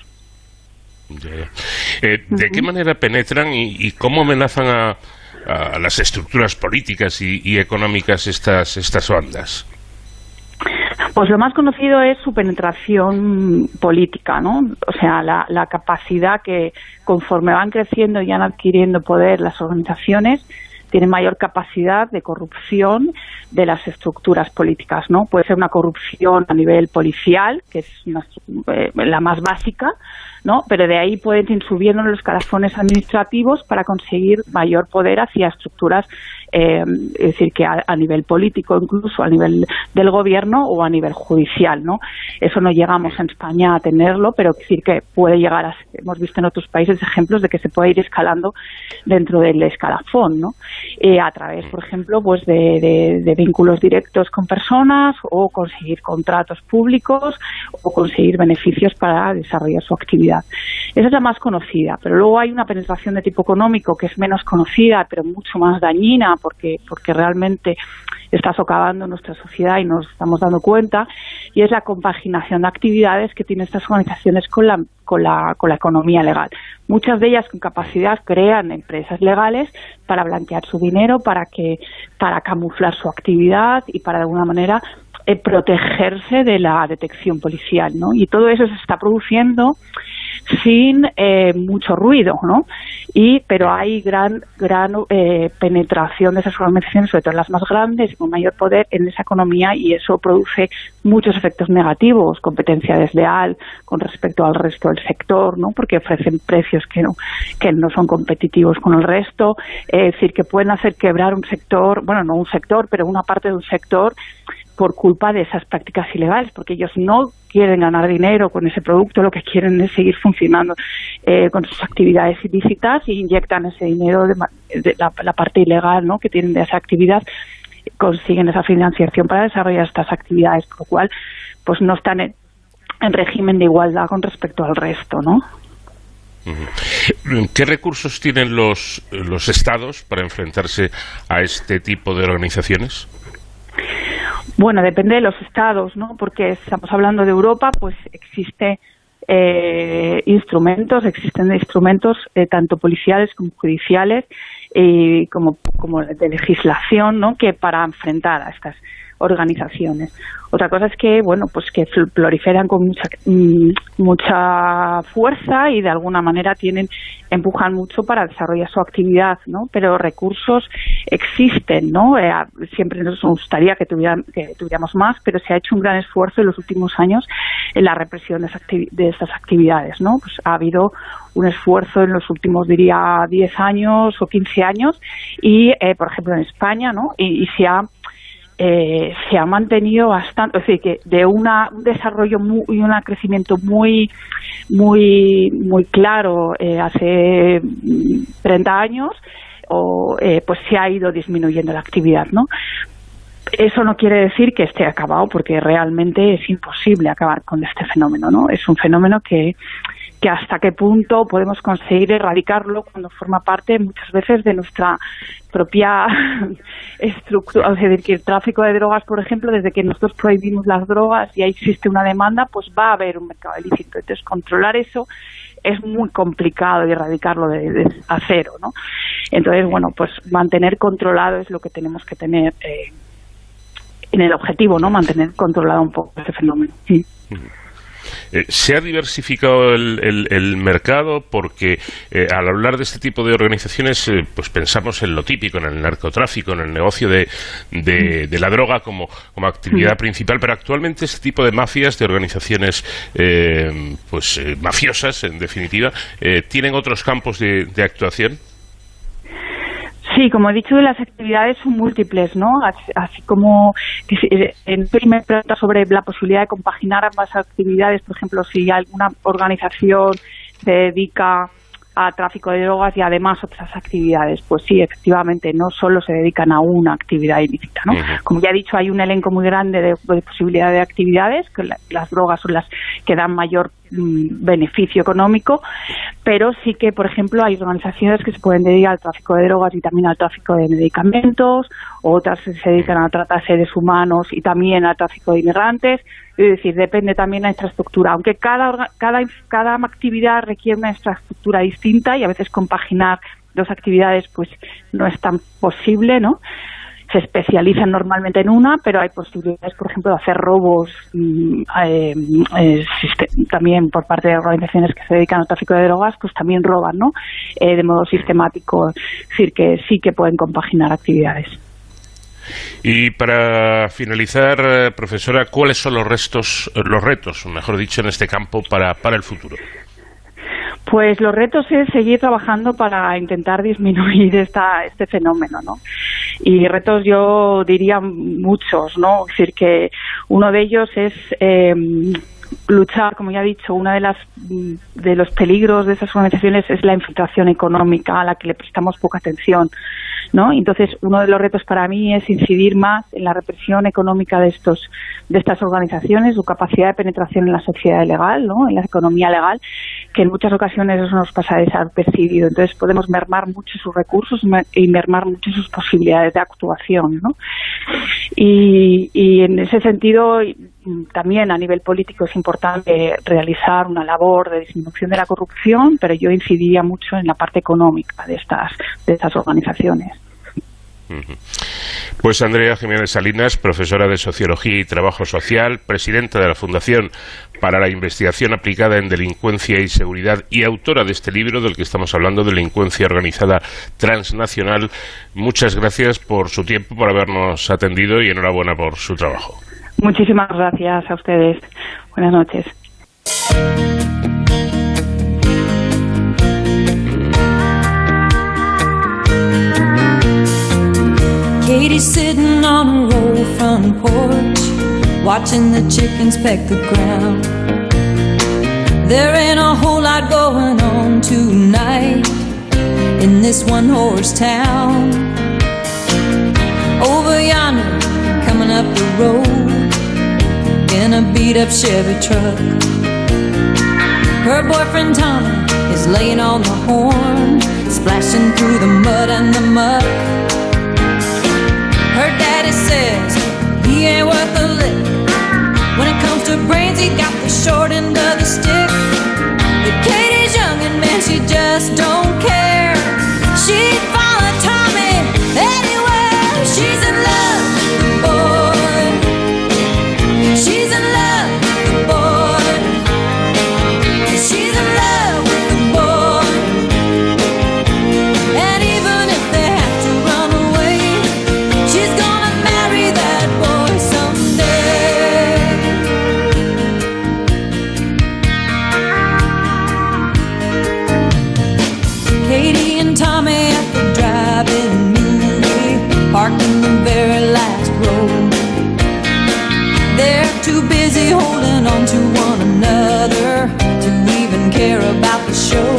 ¿De qué manera penetran y cómo amenazan a las estructuras políticas y económicas estas bandas? Pues lo más conocido es su penetración política, ¿no? O sea, la capacidad que, conforme van creciendo y van adquiriendo poder las organizaciones, tienen mayor capacidad de corrupción de las estructuras políticas, ¿no? Puede ser una corrupción a nivel policial, que es la más básica, ¿no? Pero de ahí pueden ir subiendo los escalafones administrativos para conseguir mayor poder hacia estructuras es decir, que a nivel político, incluso a nivel del gobierno o a nivel judicial, ¿no? Eso no llegamos en España a tenerlo, pero es decir que puede llegar a, hemos visto en otros países ejemplos de que se puede ir escalando dentro del escalafón, ¿no? A través, por ejemplo, pues de vínculos directos con personas, o conseguir contratos públicos, o conseguir beneficios para desarrollar su actividad. Esa es la más conocida, pero luego hay una penetración de tipo económico que es menos conocida, pero mucho más dañina, porque realmente está socavando nuestra sociedad y nos estamos dando cuenta, y es la compaginación de actividades que tienen estas organizaciones con la economía legal. Muchas de ellas con capacidad crean empresas legales para blanquear su dinero, para camuflar su actividad y para de alguna manera protegerse de la detección policial, ¿no? Y todo eso se está produciendo sin mucho ruido, ¿no? Pero hay gran penetración de esas organizaciones, sobre todo las más grandes y con mayor poder, en esa economía, y eso produce muchos efectos negativos, competencia desleal con respecto al resto del sector, ¿no? Porque ofrecen precios que no son competitivos con el resto, es decir, que pueden hacer quebrar un sector, bueno, no un sector, pero una parte de un sector, por culpa de esas prácticas ilegales, porque ellos no quieren ganar dinero con ese producto, lo que quieren es seguir funcionando con sus actividades ilícitas, y inyectan ese dinero de la parte ilegal, ¿no?, que tienen de esa actividad, consiguen esa financiación para desarrollar estas actividades, por lo cual pues no están en régimen de igualdad con respecto al resto, ¿no? ¿Qué recursos tienen los estados para enfrentarse a este tipo de organizaciones? Bueno, depende de los estados, ¿no? Porque estamos hablando de Europa, pues existen instrumentos tanto policiales como judiciales, como de legislación, ¿no?, que para enfrentar a estas organizaciones. Otra cosa es que, bueno, pues que proliferan con mucha fuerza y de alguna manera empujan mucho para desarrollar su actividad, ¿no? Pero recursos existen, ¿no? Siempre nos gustaría que tuviéramos más, pero se ha hecho un gran esfuerzo en los últimos años en la represión de estas actividades, ¿no? Pues ha habido un esfuerzo en los últimos, diría, 10 años o 15 años, y, por ejemplo, en España, ¿no? Y se ha mantenido bastante, es decir, que de un desarrollo y un crecimiento muy claro hace 30 años, pues se ha ido disminuyendo la actividad, ¿no? Eso no quiere decir que esté acabado, porque realmente es imposible acabar con este fenómeno, ¿no? Es un fenómeno que hasta qué punto podemos conseguir erradicarlo cuando forma parte muchas veces de nuestra propia estructura. O sea, decir, que el tráfico de drogas, por ejemplo, desde que nosotros prohibimos las drogas y ahí existe una demanda, pues va a haber un mercado ilícito. Entonces, controlar eso es muy complicado, y erradicarlo de a cero, ¿no? Entonces, bueno, pues mantener controlado es lo que tenemos que tener en el objetivo, ¿no? Mantener controlado un poco ese fenómeno. Sí. ¿Se ha diversificado el mercado? Porque al hablar de este tipo de organizaciones, pues pensamos en lo típico, en el narcotráfico, en el negocio de la droga como actividad principal, pero actualmente este tipo de mafias, de organizaciones mafiosas, en definitiva, ¿tienen otros campos de actuación? Sí, como he dicho, las actividades son múltiples, ¿no? Así como en primer pregunta sobre la posibilidad de compaginar ambas actividades, por ejemplo, si alguna organización se dedica a tráfico de drogas y además otras actividades, pues sí, efectivamente, no solo se dedican a una actividad ilícita, ¿no? Como ya he dicho, hay un elenco muy grande de posibilidades de actividades, que las drogas son las que dan mayor beneficio económico, pero sí que, por ejemplo, hay organizaciones que se pueden dedicar al tráfico de drogas y también al tráfico de medicamentos, otras se dedican a tratar seres humanos y también al tráfico de inmigrantes. Es decir, depende también de la infraestructura, aunque cada actividad requiere una infraestructura distinta, y a veces compaginar dos actividades pues no es tan posible, ¿no? Se especializan normalmente en una, pero hay posibilidades, por ejemplo, de hacer robos también por parte de organizaciones que se dedican al tráfico de drogas, pues también roban, ¿no? De modo sistemático. Es decir, que sí que pueden compaginar actividades. Y para finalizar, profesora, ¿cuáles son los retos, mejor dicho, en este campo para el futuro? Pues los retos es seguir trabajando para intentar disminuir este fenómeno, ¿no? Y retos yo diría muchos, ¿no? Es decir, que uno de ellos es luchar, como ya he dicho, uno de los peligros de esas organizaciones es la infiltración económica a la que le prestamos poca atención, ¿no? Entonces, uno de los retos para mí es incidir más en la represión económica de estas organizaciones, su capacidad de penetración en la sociedad legal, ¿no? En la economía legal, que en muchas ocasiones eso nos pasa desapercibido. Entonces, podemos mermar mucho sus recursos y mermar mucho sus posibilidades de actuación, ¿no? Y en ese sentido, también a nivel político es importante realizar una labor de disminución de la corrupción, pero yo incidiría mucho en la parte económica de estas organizaciones. Pues Andrea Jiménez Salinas, profesora de Sociología y Trabajo Social, presidenta de la Fundación para la Investigación Aplicada en Delincuencia y Seguridad y autora de este libro del que estamos hablando, Delincuencia Organizada Transnacional. Muchas gracias por su tiempo, por habernos atendido y enhorabuena por su trabajo. Muchísimas gracias a ustedes. Buenas noches. Katie's sitting on her old front porch, watching the chickens peck the ground. There ain't a whole lot going on tonight in this one-horse town. Over yonder, coming up the road in a beat-up Chevy truck, her boyfriend Tommy is laying on the horn, splashing through the mud and the muck. Her daddy says he ain't worth a lick. When it comes to brains, he got the short end of the stick. But Katie's young and man, she just don't care. She'd follow Tommy anywhere. She's in love with the boy. She's in love with the boy. She's in love with the boy. And even if they have to run away, she's gonna marry that boy someday. Katie and Tommy at the drive-in movie, parked in the very last row. They're too busy holding on to one another to even care about the show.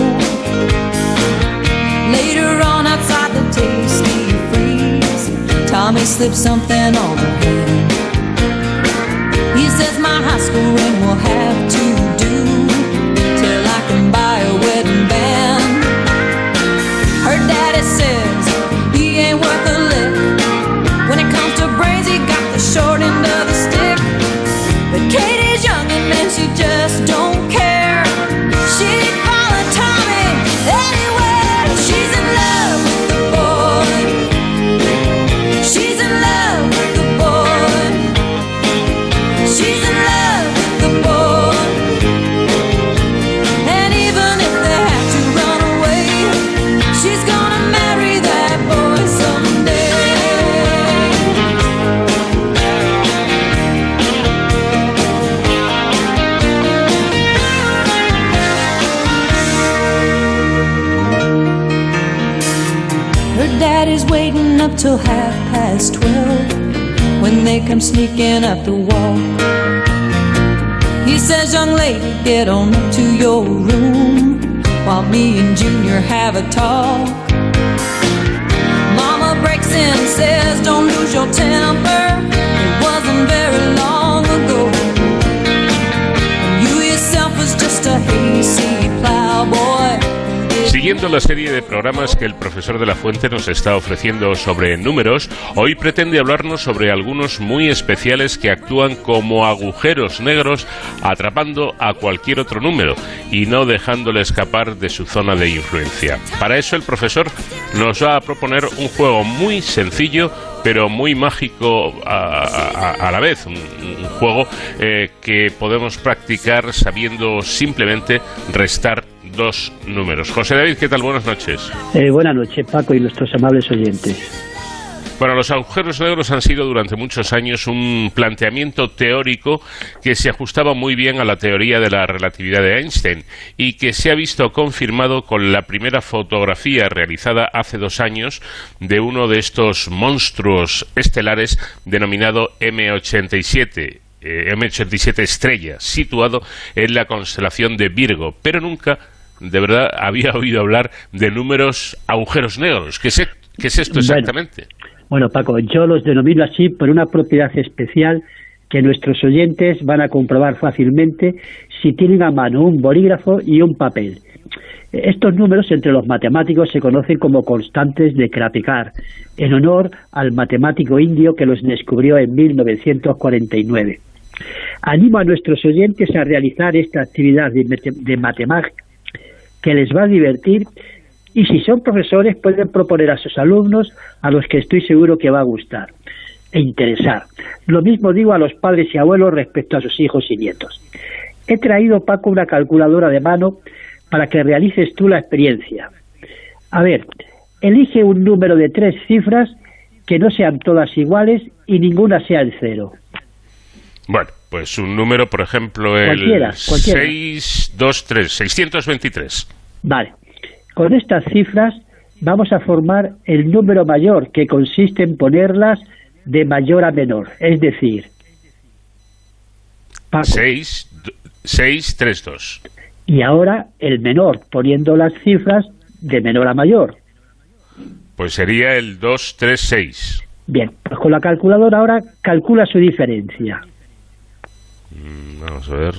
Later on outside the Tasty Freeze, Tommy slipped something on her hand. He says my high school ring will have to do till I can buy a wedding band. Her daddy says he ain't worth a lick. When it comes to brains, he got the short end of the stick. But Katie's young and man, she just don't care. She'd follow Tommy anywhere. She's in love with the boy. She's in love with the boy. She's in love with the boy. And even if they have to run away, she's gonna marry that boy someday. Her daddy's waiting up till 12:30 when they come sneaking up the walk. He says, young lady, get on up to your room while me and Junior have a talk. Mama breaks in and says, don't lose your temper. It wasn't very long ago. And you yourself was just a hayseed plowboy. Siguiendo la serie de programas que el profesor de la Fuente nos está ofreciendo sobre números, hoy pretende hablarnos sobre algunos muy especiales que actúan como agujeros negros, atrapando a cualquier otro número y no dejándole escapar de su zona de influencia. Para eso el profesor nos va a proponer un juego muy sencillo pero muy mágico a la vez, un juego que podemos practicar sabiendo simplemente restar dos números. José David, ¿qué tal? Buenas noches. Buenas noches, Paco, y nuestros amables oyentes. Bueno, los agujeros negros han sido durante muchos años un planteamiento teórico que se ajustaba muy bien a la teoría de la relatividad de Einstein y que se ha visto confirmado con la primera fotografía realizada hace 2 años de uno de estos monstruos estelares denominado M87. M87 estrella, situado en la constelación de Virgo, pero nunca, de verdad, había oído hablar de números agujeros negros. ¿Qué es esto exactamente? Bueno, Paco, yo los denomino así por una propiedad especial que nuestros oyentes van a comprobar fácilmente si tienen a mano un bolígrafo y un papel. Estos números entre los matemáticos se conocen como constantes de Krapikar, en honor al matemático indio que los descubrió en 1949. Animo a nuestros oyentes a realizar esta actividad de matemática que les va a divertir, y si son profesores pueden proponer a sus alumnos, a los que estoy seguro que va a gustar e interesar. Lo mismo digo a los padres y abuelos respecto a sus hijos y nietos. He traído, Paco, una calculadora de mano para que realices tú la experiencia. A ver, elige un número de 3 cifras que no sean todas iguales y ninguna sea el 0. Bueno, pues un número, por ejemplo, el cualquiera. 623. Vale. Con estas cifras vamos a formar el número mayor, que consiste en ponerlas de mayor a menor. Es decir, Paco, 632. Y ahora el menor, poniendo las cifras de menor a mayor. Pues sería el 236. Bien, pues con la calculadora ahora calcula su diferencia. Vamos a ver.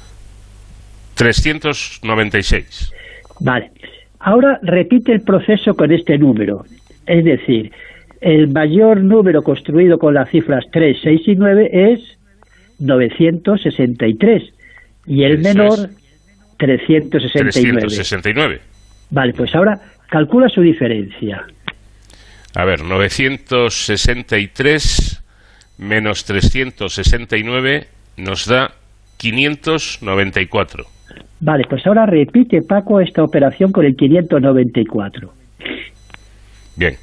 396. Vale. Ahora repite el proceso con este número. Es decir, el mayor número construido con las cifras 3, 6 y 9 es 963. Y el menor, 369. Vale, pues ahora calcula su diferencia. A ver, 963 menos 369 nos da 594. Vale, pues ahora repite, Paco, esta operación con el 594. Bien,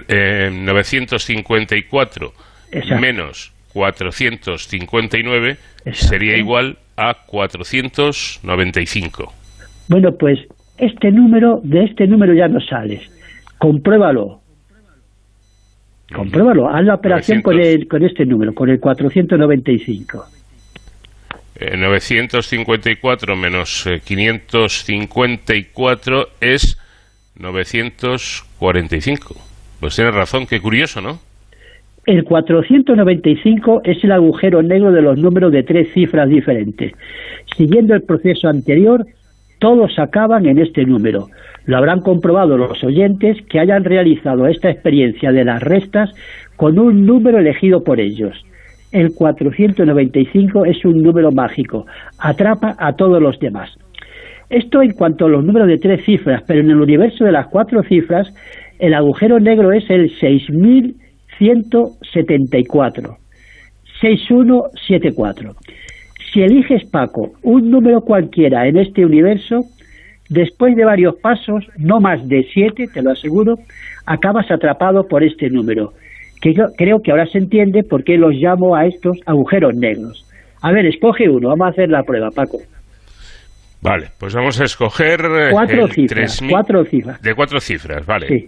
954 Exacto. menos 459 Exacto. sería igual a 495. Bueno, pues de este número ya no sales. Compruébalo. Haz la operación 900. con este número, con el 495. 954 menos 554 es 945. Pues tienes razón, qué curioso, ¿no? El 495 es el agujero negro de los números de 3 cifras diferentes. Siguiendo el proceso anterior, todos acaban en este número. Lo habrán comprobado los oyentes que hayan realizado esta experiencia de las restas con un número elegido por ellos. El 495 es un número mágico, atrapa a todos los demás. Esto en cuanto a los números de 3 cifras, pero en el universo de las 4 cifras, el agujero negro es el 6174. 6174. Si eliges, Paco, un número cualquiera en este universo, después de varios pasos, no más de 7, te lo aseguro, acabas atrapado por este número, que yo creo que ahora se entiende por qué los llamo a estos agujeros negros. A ver, escoge uno, vamos a hacer la prueba, Paco. Vale, pues vamos a escoger 4 cifras, 4 cifras. De 4 cifras, vale. Sí.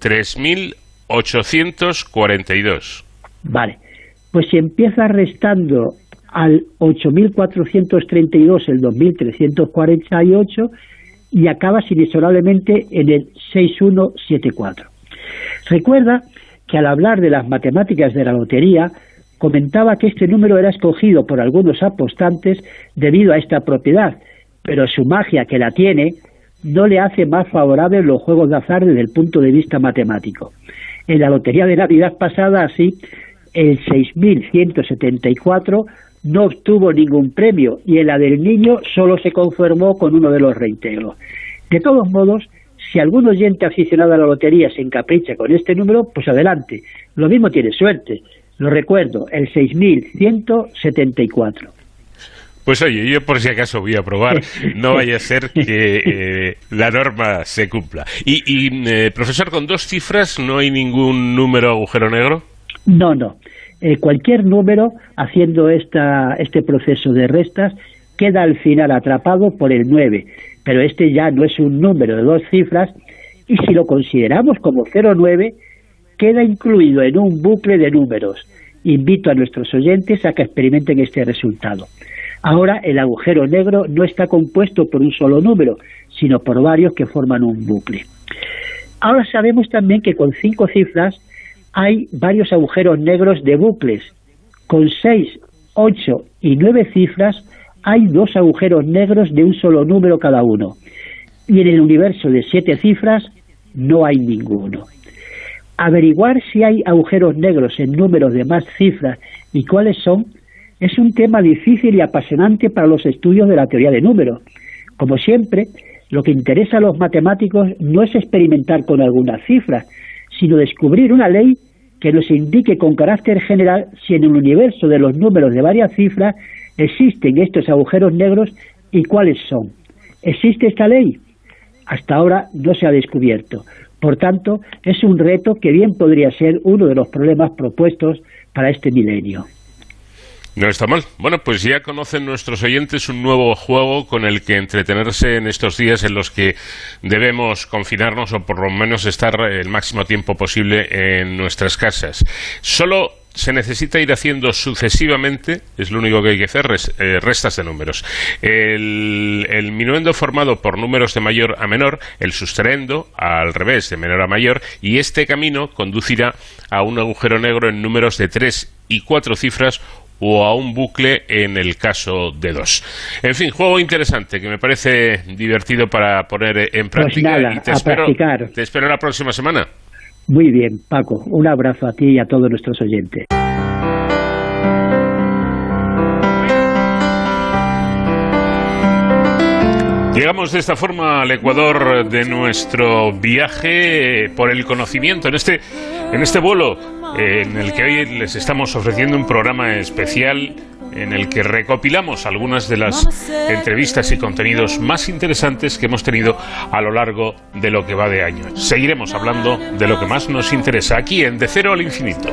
3842. Vale, pues si empiezas restando al 8432 el 2348 y acabas inexorablemente en el 6174. Recuerda que al hablar de las matemáticas de la lotería, comentaba que este número era escogido por algunos apostantes debido a esta propiedad, pero su magia, que la tiene, no le hace más favorables los juegos de azar desde el punto de vista matemático. En la lotería de Navidad pasada, así, el 6174 no obtuvo ningún premio y en la del niño solo se conformó con uno de los reintegros. De todos modos, si algún oyente aficionado a la lotería se encapricha con este número, pues adelante. Lo mismo tiene suerte. Lo recuerdo, el 6174. Pues oye, yo por si acaso voy a probar, no vaya a ser que la norma se cumpla. Y profesor, con 2 cifras no hay ningún número agujero negro. No. Cualquier número, haciendo este proceso de restas, queda al final atrapado por el 9, pero este ya no es un número de 2 cifras, y si lo consideramos como 09, queda incluido en un bucle de números. Invito a nuestros oyentes a que experimenten este resultado. Ahora, el agujero negro no está compuesto por un solo número, sino por varios que forman un bucle. Ahora sabemos también que con 5 cifras hay varios agujeros negros de bucles. Con 6, 8 y 9 cifras hay 2 agujeros negros de un solo número cada uno. Y en el universo de 7 cifras no hay ninguno. Averiguar si hay agujeros negros en números de más cifras y cuáles son es un tema difícil y apasionante para los estudios de la teoría de números. Como siempre, lo que interesa a los matemáticos no es experimentar con algunas cifras, sino descubrir una ley que nos indique con carácter general si en el universo de los números de varias cifras existen estos agujeros negros y cuáles son. ¿Existe esta ley? Hasta ahora no se ha descubierto. Por tanto, es un reto que bien podría ser uno de los problemas propuestos para este milenio. No está mal. Bueno, pues ya conocen nuestros oyentes un nuevo juego con el que entretenerse en estos días en los que debemos confinarnos o por lo menos estar el máximo tiempo posible en nuestras casas. Solo se necesita ir haciendo sucesivamente, es lo único que hay que hacer, restas de números. El minuendo formado por números de mayor a menor, el sustraendo al revés, de menor a mayor, y este camino conducirá a un agujero negro en números de 3 y 4 cifras o a un bucle en el caso de 2. En fin, juego interesante que me parece divertido para poner en práctica. Pues nada, y te espero la próxima semana. Muy bien, Paco, un abrazo a ti y a todos nuestros oyentes. Llegamos de esta forma al Ecuador de nuestro viaje por el conocimiento, en este vuelo en el que hoy les estamos ofreciendo un programa especial en el que recopilamos algunas de las entrevistas y contenidos más interesantes que hemos tenido a lo largo de lo que va de año. Seguiremos hablando de lo que más nos interesa aquí en De Cero al Infinito.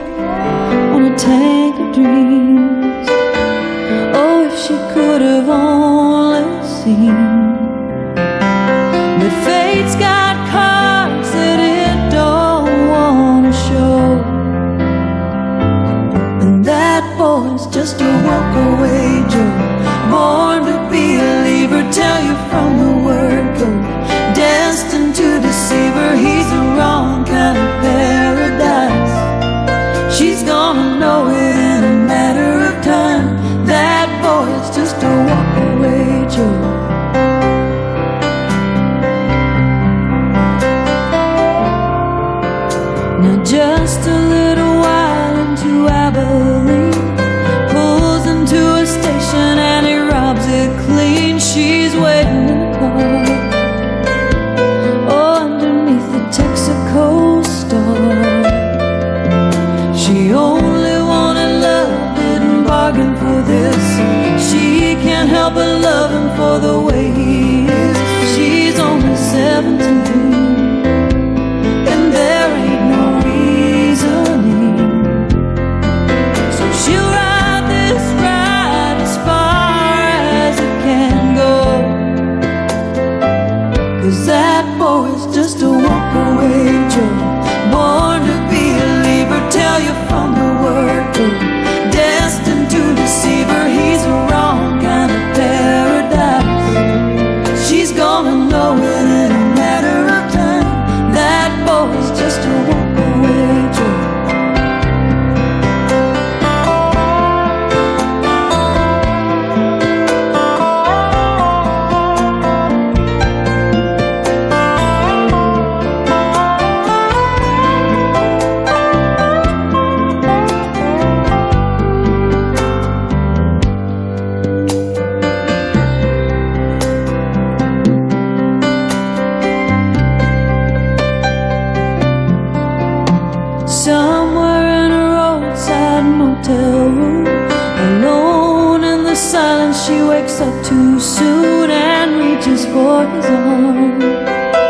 Boy's just a walk-away Joe, born to be a believer, tell you from the word go, destined to deceive her, he's the wrong kind of paradise. She's gonna know it in a matter of time, that boy's just a walk-away Joe. Now just a little while into Abilene, and he robs it clean. She's waiting in the park, oh, underneath the Texaco star. She only wanted love, didn't bargain for this. She can't help but love him for the way he is. She's only 17, and there ain't no reasoning, so she'll ride this ride that boy's just a walk-away Joe, born to be a believer, tell you from the word go, destined to deceive her, he's the wrong kind of paradise. She's gonna know it in a matter of time, that boy's just a walk-away Joe. She wakes up too soon and reaches for his arm,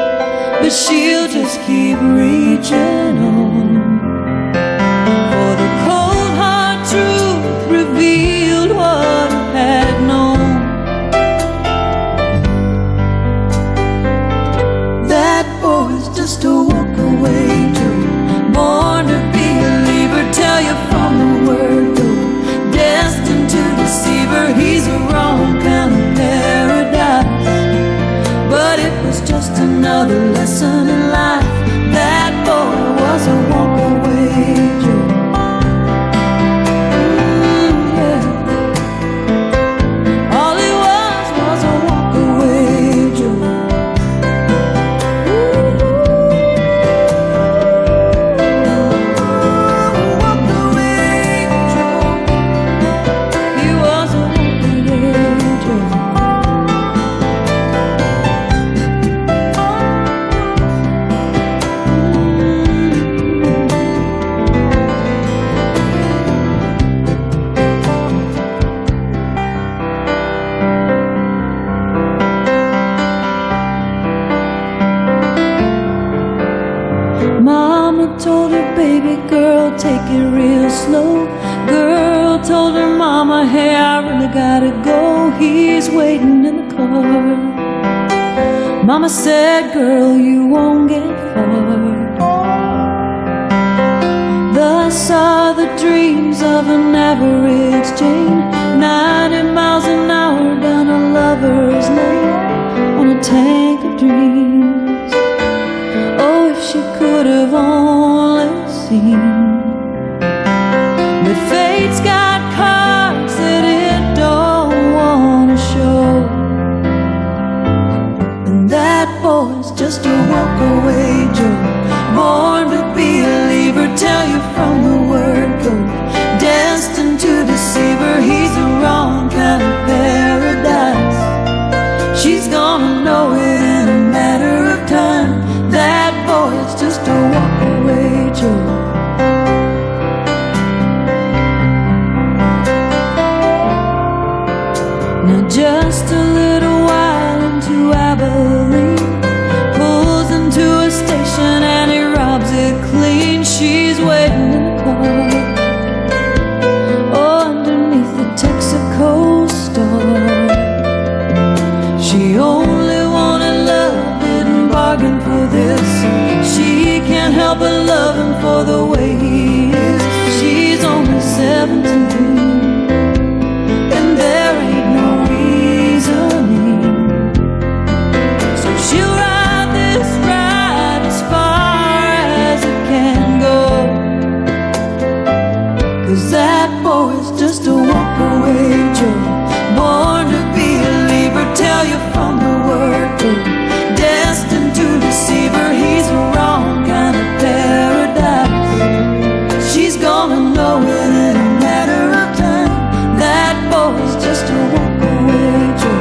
but she'll just keep reaching on, for the take it real slow. Girl told her mama, hey, I really gotta go. He's waiting in the car. Mama said, girl, you won't get far. Thus are the dreams of an average Jane, 90 miles an hour down a lover's lane on a tank of dreams. Oh, if she could have only seen. But fate's got cards that it don't want to show, and that boy's just a walk-away Joe, born to be a leaver, tell you from the word go, destined to deceive her. He's the wrong kind of paradise. She's gonna know it in a matter of time. That boy's just a walk-away Joe. Now just a little while into Abilene, pulls into a station and he robs it clean. She's waiting in the car, oh, underneath the Texaco star. She only wanted love, didn't bargain for this. She can't help but love him for the way he is. She's only 17, and there ain't no reasoning. So she'll ride this ride as far as it can go, 'cause that boy's just a walk-away Joe, born to be a leaver, tell you from the word go, destined to deceive her. He's the wrong kind of paradise. She's gonna know it in a matter of time. That boy's just a walk-away Joe.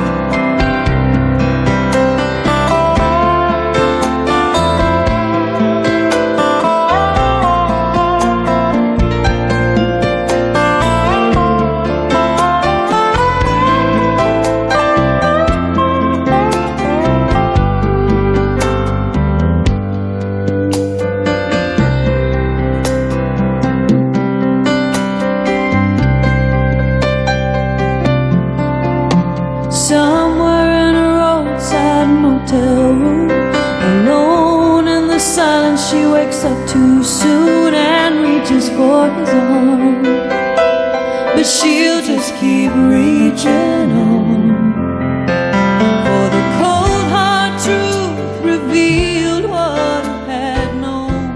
Somewhere in a roadside motel room, alone in the silence, she wakes up too soon and reaches for his arm. But she'll just keep reaching on, for the cold hard truth revealed what he had known.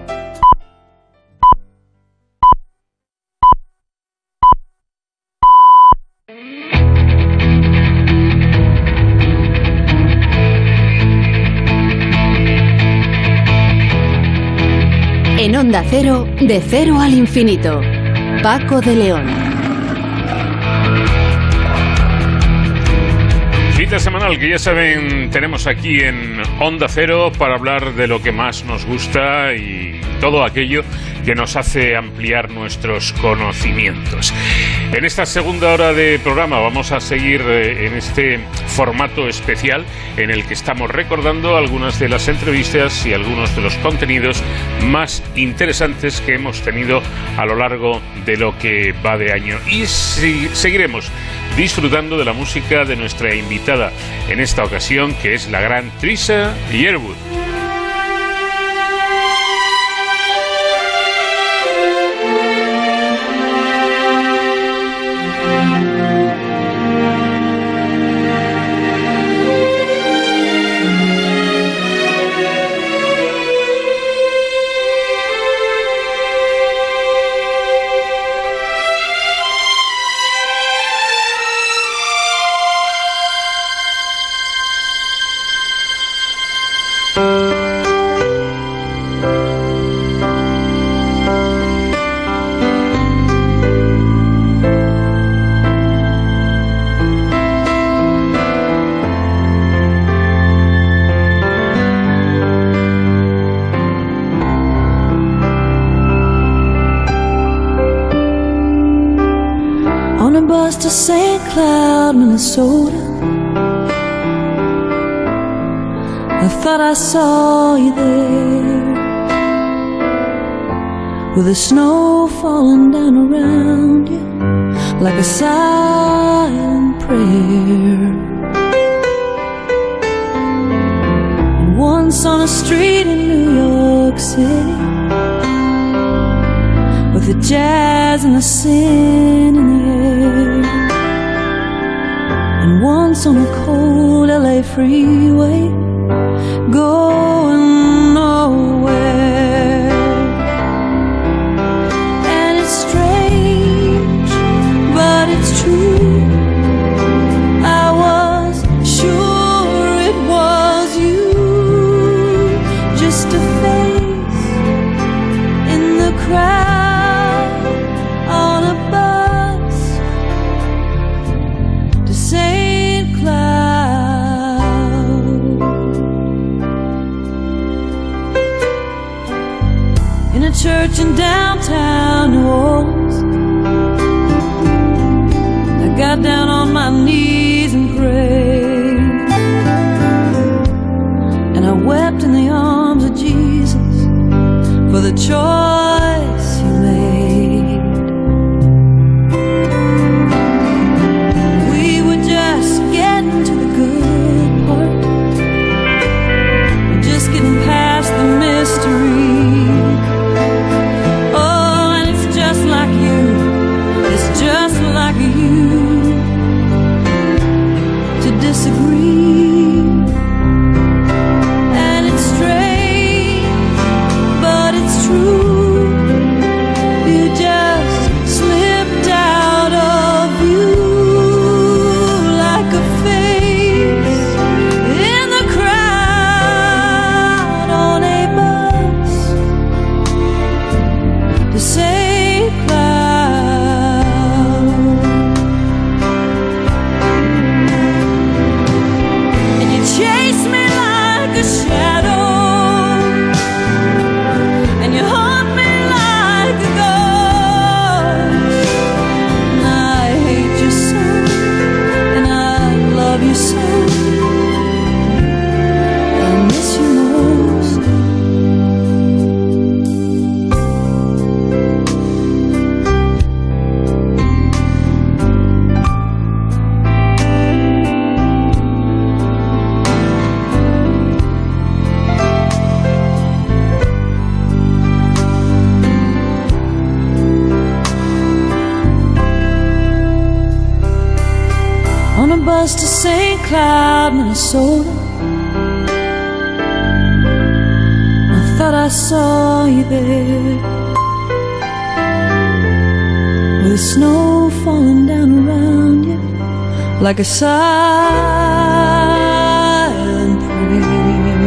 En Onda Cero, de cero al infinito. Paco de León. Cita semanal que ya saben tenemos aquí en Onda Cero para hablar de lo que más nos gusta y todo aquello que nos hace ampliar nuestros conocimientos. En esta segunda hora de programa vamos a seguir en este formato especial en el que estamos recordando algunas de las entrevistas y algunos de los contenidos más interesantes que hemos tenido a lo largo de lo que va de año. Y seguiremos disfrutando de la música de nuestra invitada en esta ocasión, que es la gran Trisha Yearwood. To St. Cloud, Minnesota, I thought I saw you there, with the snow falling down around you like a silent prayer. And once on a street in New York City, with the jazz and the sin in the air. And once on a cold LA freeway, going nowhere. And it's strange, but it's true, I was sure it was you, just a face in the crowd on a bus to St. Cloud. In a church in downtown New Orleans, I got down on my knees and prayed, and I wept in the arms of Jesus for the choice He made. We were just getting to the good part, just getting past the mystery. Oh, and it's just like you, it's just like you to disagree. And it's strange, but it's true, you just slipped out of view like a face in the crowd on a bus to St. Cloud. And you chased me like a shadow, and you haunt me like a ghost. And I hate you so, and I love you so, I miss you most. On a bus to St. Cloud, Minnesota, I thought I saw you there, with the snow falling down around you like a silent prayer.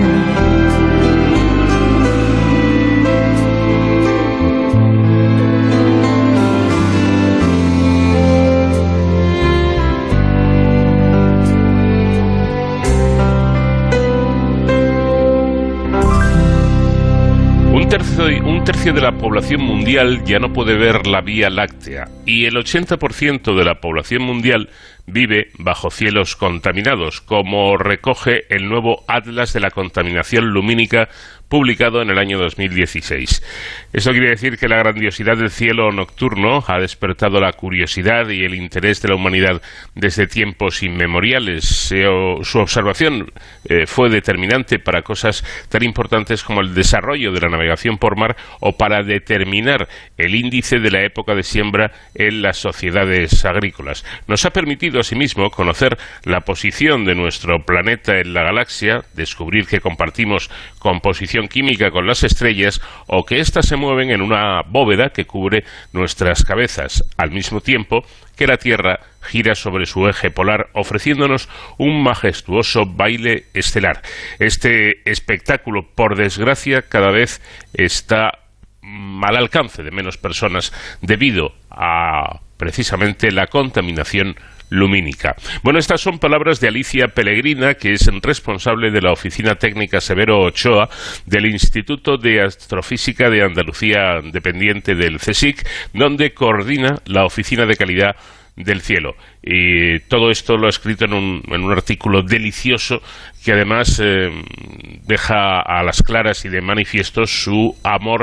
Un tercio de la población mundial ya no puede ver la Vía Láctea y el 80% de la población mundial vive bajo cielos contaminados, como recoge el nuevo Atlas de la Contaminación Lumínica publicado en el año 2016. Eso quiere decir que la grandiosidad del cielo nocturno ha despertado la curiosidad y el interés de la humanidad desde tiempos inmemoriales. Su observación fue determinante para cosas tan importantes como el desarrollo de la navegación por mar o para determinar el índice de la época de siembra en las sociedades agrícolas. Nos ha permitido asimismo conocer la posición de nuestro planeta en la galaxia, descubrir que compartimos composición química con las estrellas o que éstas se mueven en una bóveda que cubre nuestras cabezas, al mismo tiempo que la Tierra gira sobre su eje polar, ofreciéndonos un majestuoso baile estelar. Este espectáculo, por desgracia, cada vez está al alcance de menos personas debido a precisamente la contaminación lumínica. Bueno, estas son palabras de Alicia Pellegrina, que es responsable de la Oficina Técnica Severo Ochoa del Instituto de Astrofísica de Andalucía, dependiente del CSIC, donde coordina la Oficina de Calidad del Cielo. Y todo esto lo ha escrito en un artículo delicioso que además deja a las claras y de manifiesto su amor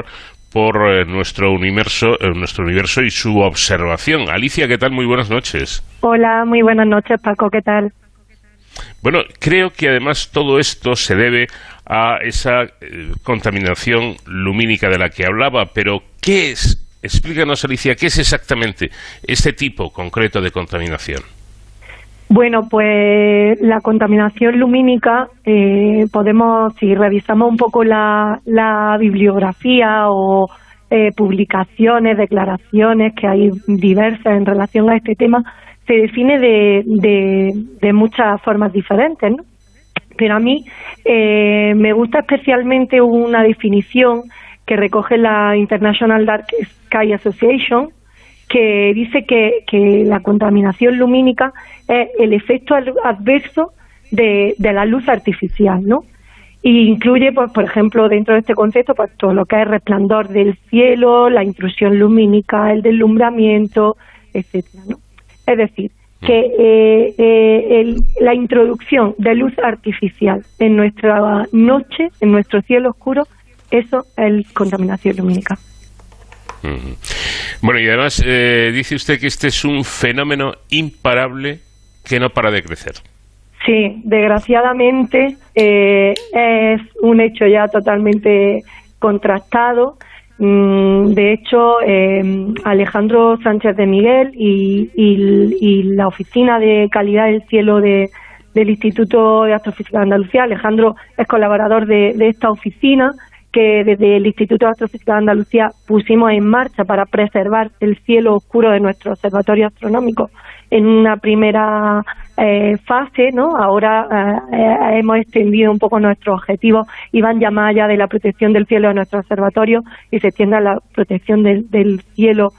por nuestro universo y su observación. Alicia, ¿qué tal? Muy buenas noches. Hola, muy buenas noches, Paco, ¿qué tal? Bueno, creo que además todo esto se debe a esa contaminación lumínica de la que hablaba, pero ¿qué es? Explícanos, Alicia, ¿qué es exactamente este tipo concreto de contaminación? Bueno, pues la contaminación lumínica, podemos, si revisamos un poco la bibliografía o publicaciones, declaraciones que hay diversas en relación a este tema, se define de muchas formas diferentes, ¿no? Pero a mí me gusta especialmente una definición que recoge la International Dark Sky Association, que dice que la contaminación lumínica es el efecto adverso de la luz artificial, ¿no? Y incluye, pues, por ejemplo, dentro de este concepto, pues todo lo que es resplandor del cielo, la intrusión lumínica, el deslumbramiento, etcétera, ¿no? Es decir, que la introducción de luz artificial en nuestra noche, en nuestro cielo oscuro, eso es contaminación lumínica. Bueno, y además dice usted que este es un fenómeno imparable que no para de crecer. Sí, desgraciadamente es un hecho ya totalmente contrastado. De hecho, Alejandro Sánchez de Miguel y la Oficina de Calidad del Cielo del Instituto de Astrofísica de Andalucía, Alejandro es colaborador de esta oficina, que desde el Instituto de Astrofísica de Andalucía pusimos en marcha para preservar el cielo oscuro de nuestro observatorio astronómico en una primera fase, ¿no? Ahora hemos extendido un poco nuestros objetivos y van ya más allá de la protección del cielo de nuestro observatorio y se extiende a la protección del cielo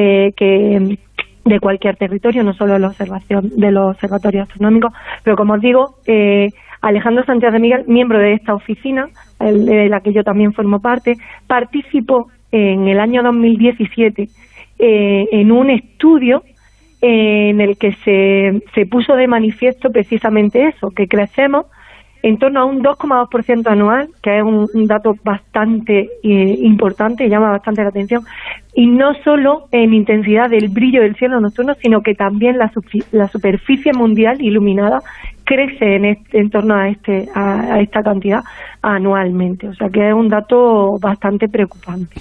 de cualquier territorio, no solo de los observatorios astronómicos. Pero como os digo, Alejandro Sánchez de Miguel, miembro de esta oficina, de la que yo también formo parte, participó en el año 2017 en un estudio en el que se puso de manifiesto precisamente eso, que crecemos en torno a un 2,2% anual, que es un dato bastante importante y llama bastante la atención, y no solo en intensidad del brillo del cielo nocturno, sino que también la superficie mundial iluminada crece en torno a esta cantidad anualmente. O sea que es un dato bastante preocupante.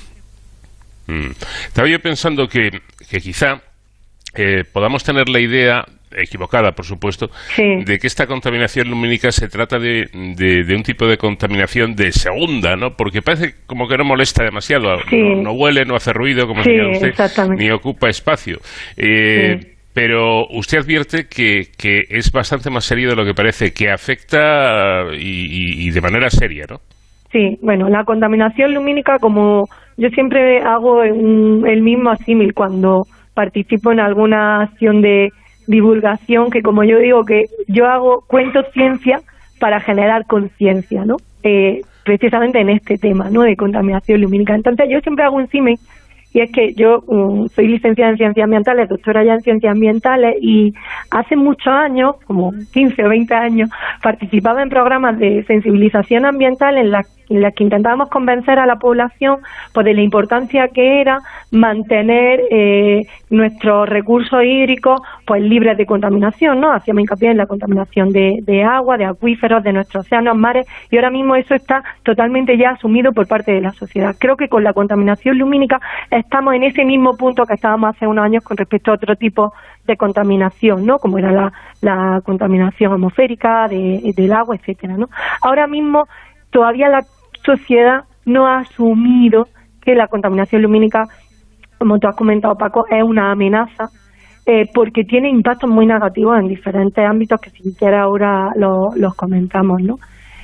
Estaba yo pensando que quizá podamos tener la idea, equivocada por supuesto, sí, de que esta contaminación lumínica se trata de un tipo de contaminación de segunda, ¿no? Porque parece como que no molesta demasiado, sí, no huele, no hace ruido, como sí, señala usted, ni ocupa espacio. Sí. Pero usted advierte que es bastante más serio de lo que parece, que afecta y de manera seria, ¿no? Sí, bueno, la contaminación lumínica, como yo siempre hago el mismo símil cuando participo en alguna acción de divulgación, que como yo digo, que yo cuento ciencia para generar conciencia, ¿no? Precisamente en este tema, ¿no? De contaminación lumínica. Entonces yo siempre hago un símil, y es que yo soy licenciada en Ciencias Ambientales, doctora ya en Ciencias Ambientales, y hace muchos años, como 15 o 20 años, participaba en programas de sensibilización ambiental en las que intentábamos convencer a la población pues, de la importancia que era mantener nuestros recursos hídricos pues libres de contaminación, ¿no? Hacíamos hincapié en la contaminación de agua, de acuíferos, de nuestros océanos, mares, y ahora mismo eso está totalmente ya asumido por parte de la sociedad. Creo que con la contaminación lumínica estamos en ese mismo punto que estábamos hace unos años con respecto a otro tipo de contaminación, ¿no? Como era la contaminación atmosférica, del agua, etcétera, ¿no? Ahora mismo todavía la sociedad no ha asumido que la contaminación lumínica, como tú has comentado, Paco, es una amenaza porque tiene impactos muy negativos en diferentes ámbitos que si quieres ahora los comentamos, ¿no?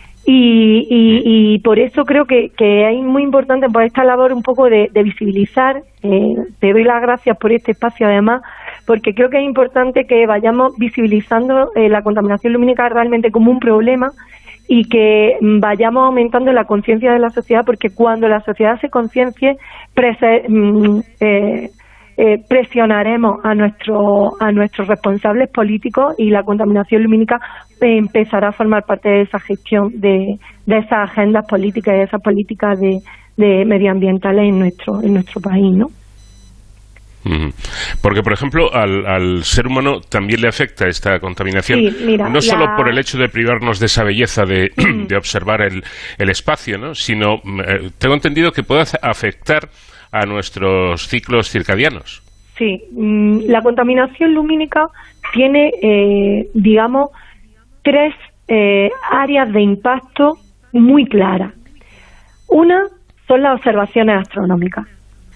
Y por eso creo que es muy importante pues esta labor un poco de visibilizar. Te doy las gracias por este espacio además, porque creo que es importante que vayamos visibilizando la contaminación lumínica realmente como un problema y que vayamos aumentando la conciencia de la sociedad, porque cuando la sociedad se conciencie presionaremos a nuestros responsables políticos y la contaminación lumínica empezará a formar parte de esa gestión de esas agendas políticas y de esas políticas medioambientales en nuestro país, ¿no? Porque, por ejemplo, al ser humano también le afecta esta contaminación, sí, mira, no solo por el hecho de privarnos de esa belleza de observar el espacio, ¿no? Sino, tengo entendido que puede afectar a nuestros ciclos circadianos. Sí, la contaminación lumínica tiene, digamos, 3 áreas de impacto muy claras. Una son las observaciones astronómicas.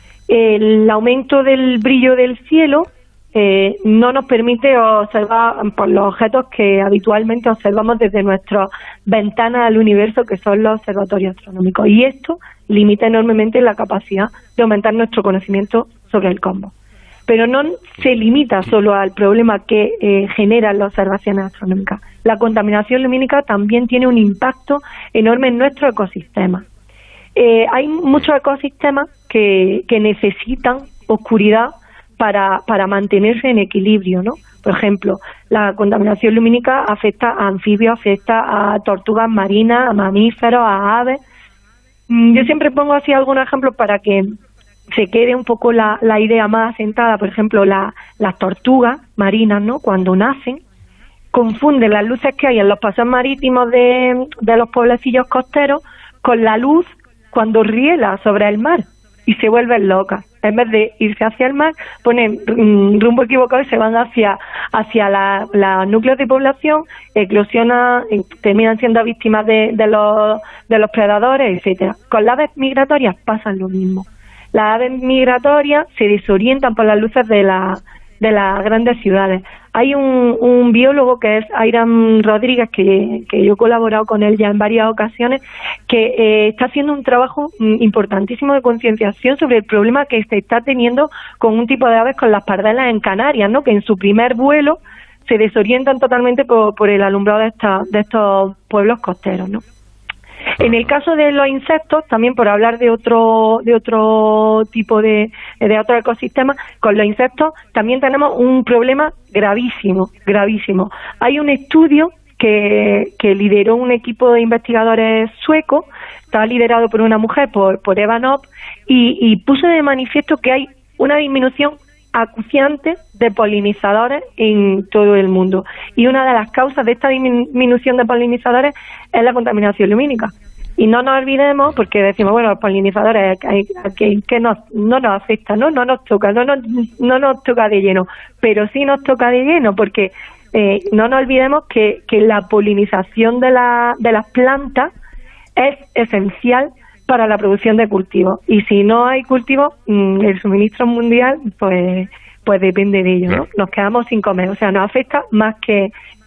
El aumento del brillo del cielo no nos permite observar por los objetos que habitualmente observamos desde nuestras ventanas al universo, que son los observatorios astronómicos. Y esto limita enormemente la capacidad de aumentar nuestro conocimiento sobre el cosmos. Pero no se limita solo al problema que generan las observaciones astronómicas. La contaminación lumínica también tiene un impacto enorme en nuestro ecosistema. Hay muchos ecosistemas que necesitan oscuridad para mantenerse en equilibrio, ¿no? Por ejemplo, la contaminación lumínica afecta a anfibios, afecta a tortugas marinas, a mamíferos, a aves. Yo siempre pongo así algunos ejemplos para que se quede un poco la idea más asentada. Por ejemplo, las tortugas marinas, ¿no? Cuando nacen, confunden las luces que hay en los paseos marítimos de los pueblecillos costeros con la luz cuando riela sobre el mar y se vuelven locas. En vez de irse hacia el mar, ponen rumbo equivocado y se van hacia los núcleos de población, eclosionan, terminan siendo víctimas de los predadores, etcétera. Con las aves migratorias pasa lo mismo. Las aves migratorias se desorientan por las luces de las grandes ciudades. Hay un biólogo que es Airam Rodríguez, que yo he colaborado con él ya en varias ocasiones, que está haciendo un trabajo importantísimo de concienciación sobre el problema que se está teniendo con un tipo de aves, con las pardelas en Canarias, ¿no? Que en su primer vuelo se desorientan totalmente por el alumbrado de estos pueblos costeros, ¿no? En el caso de los insectos, también por hablar de otro tipo de otro ecosistema, con los insectos también tenemos un problema gravísimo. Hay un estudio que lideró un equipo de investigadores suecos, estaba liderado por una mujer, por Eva Nopp, y puso de manifiesto que hay una disminución acuciante de polinizadores en todo el mundo. Y una de las causas de esta disminución de polinizadores es la contaminación lumínica. Y no nos olvidemos, porque decimos, bueno, los polinizadores que no nos afecta, no nos toca, no nos toca de lleno, pero sí nos toca de lleno, porque no nos olvidemos que la polinización de las plantas es esencial para la producción de cultivos, y si no hay cultivos, el suministro mundial pues depende de ello, ¿no? Nos quedamos sin comer, o sea, nos afecta más que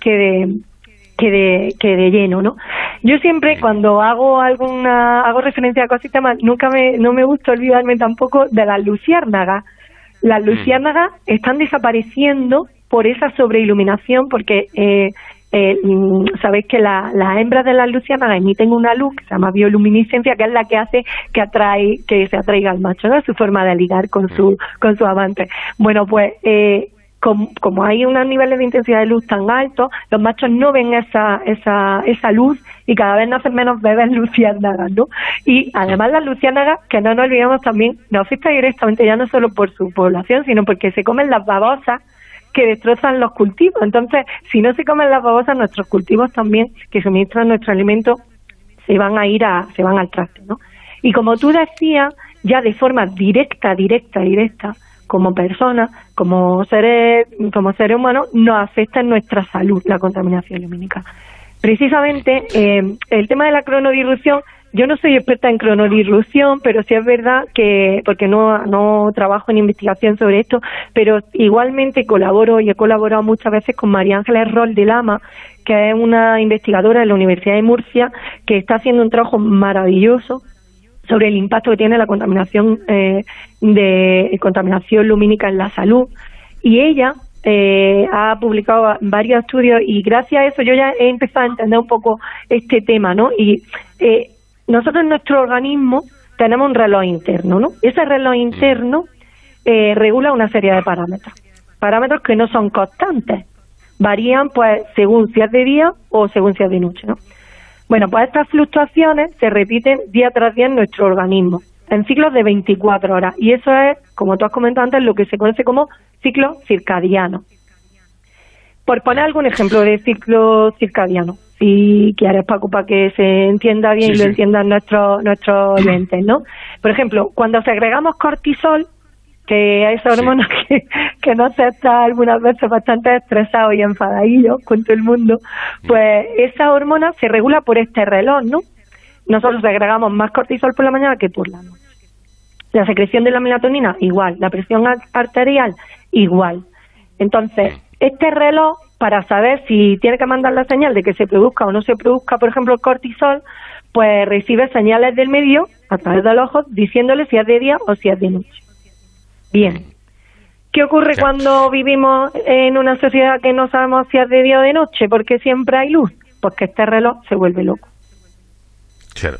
de lleno, ¿no? Yo siempre, cuando hago referencia a ecosistemas, no me gusta olvidarme tampoco de las luciérnagas. Las luciérnagas están desapareciendo por esa sobreiluminación, porque sabéis que las hembras de las luciérnagas emiten una luz que se llama bioluminiscencia, que es la que hace que se atraiga al macho, ¿no? Su forma de ligar con su amante. Bueno, pues como hay unos niveles de intensidad de luz tan altos, los machos no ven esa luz y cada vez nacen menos bebés luciérnagas, ¿no? Y además las luciérnagas, que no nos olvidemos también, nos afecta directamente ya no solo por su población, sino porque se comen las babosas que destrozan los cultivos. Entonces, si no se comen las babosas, nuestros cultivos también, que suministran nuestro alimento, se van al traste, ¿no? Y como tú decías, ya de forma directa, como personas, como seres humanos, nos afecta en nuestra salud la contaminación lumínica. Precisamente, el tema de la cronodilución, yo no soy experta en cronodilución, pero sí es verdad que, porque no trabajo en investigación sobre esto, pero igualmente colaboro y he colaborado muchas veces con María Ángeles Rol de Lama, que es una investigadora de la Universidad de Murcia, que está haciendo un trabajo maravilloso sobre el impacto que tiene la contaminación lumínica en la salud. Y ella ha publicado varios estudios, y gracias a eso yo ya he empezado a entender un poco este tema, ¿no? Y nosotros en nuestro organismo tenemos un reloj interno, ¿no? Ese reloj interno regula una serie de parámetros que no son constantes, varían pues según si es de día o según si es de noche, ¿no? Bueno, pues estas fluctuaciones se repiten día tras día en nuestro organismo, en ciclos de 24 horas. Y eso es, como tú has comentado antes, lo que se conoce como ciclo circadiano. Por poner algún ejemplo de ciclo circadiano, si quieres, Paco, para que se entienda bien y lo entiendan nuestros oyentes, ¿no? Por ejemplo, cuando segregamos cortisol, que es esa hormona que nos está algunas veces bastante estresado y enfadadillo con todo el mundo, pues esa hormona se regula por este reloj, ¿no? Nosotros segregamos más cortisol por la mañana que por la noche. La secreción de la melatonina, igual. La presión arterial, igual. Entonces, este reloj, para saber si tiene que mandar la señal de que se produzca o no se produzca, por ejemplo, el cortisol, pues recibe señales del medio a través de los ojos diciéndole si es de día o si es de noche. Bien. ¿Qué ocurre cuando vivimos en una sociedad que no sabemos si es de día o de noche? Porque siempre hay luz. Pues que este reloj se vuelve loco. Claro.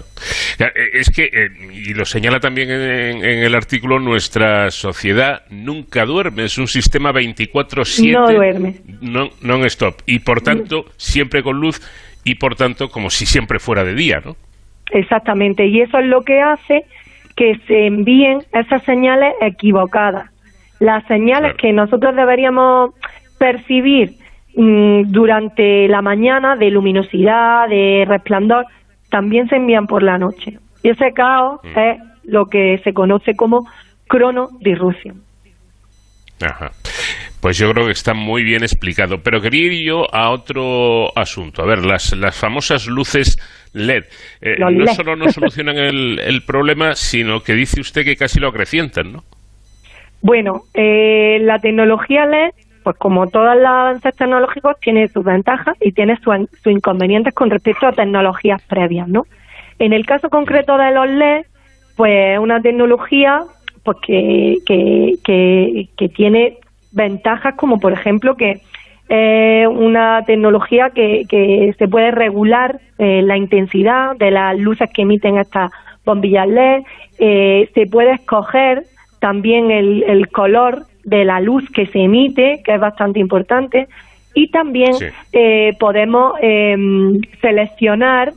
Es que, y lo señala también en el artículo, nuestra sociedad nunca duerme. Es un sistema 24/7. No duerme. Non-stop. Y por tanto, siempre con luz y por tanto, como si siempre fuera de día, ¿no? Exactamente. Y eso es lo que hace que se envíen esas señales equivocadas. Las señales que nosotros deberíamos percibir durante la mañana de luminosidad, de resplandor, también se envían por la noche. Y ese caos es lo que se conoce como cronodisrupción. Ajá. Pues yo creo que está muy bien explicado. Pero quería ir yo a otro asunto. A ver, las famosas luces LED. No solo no solucionan el problema, sino que dice usted que casi lo acrecientan, ¿no? Bueno, la tecnología LED, pues como todos los avances tecnológicos, tiene sus ventajas y tiene sus inconvenientes con respecto a tecnologías previas, ¿no? En el caso concreto de los LED, pues una tecnología pues que tiene ventajas, como por ejemplo que una tecnología que se puede regular la intensidad de las luces que emiten estas bombillas LED, se puede escoger también el color de la luz que se emite, que es bastante importante, y también podemos seleccionar.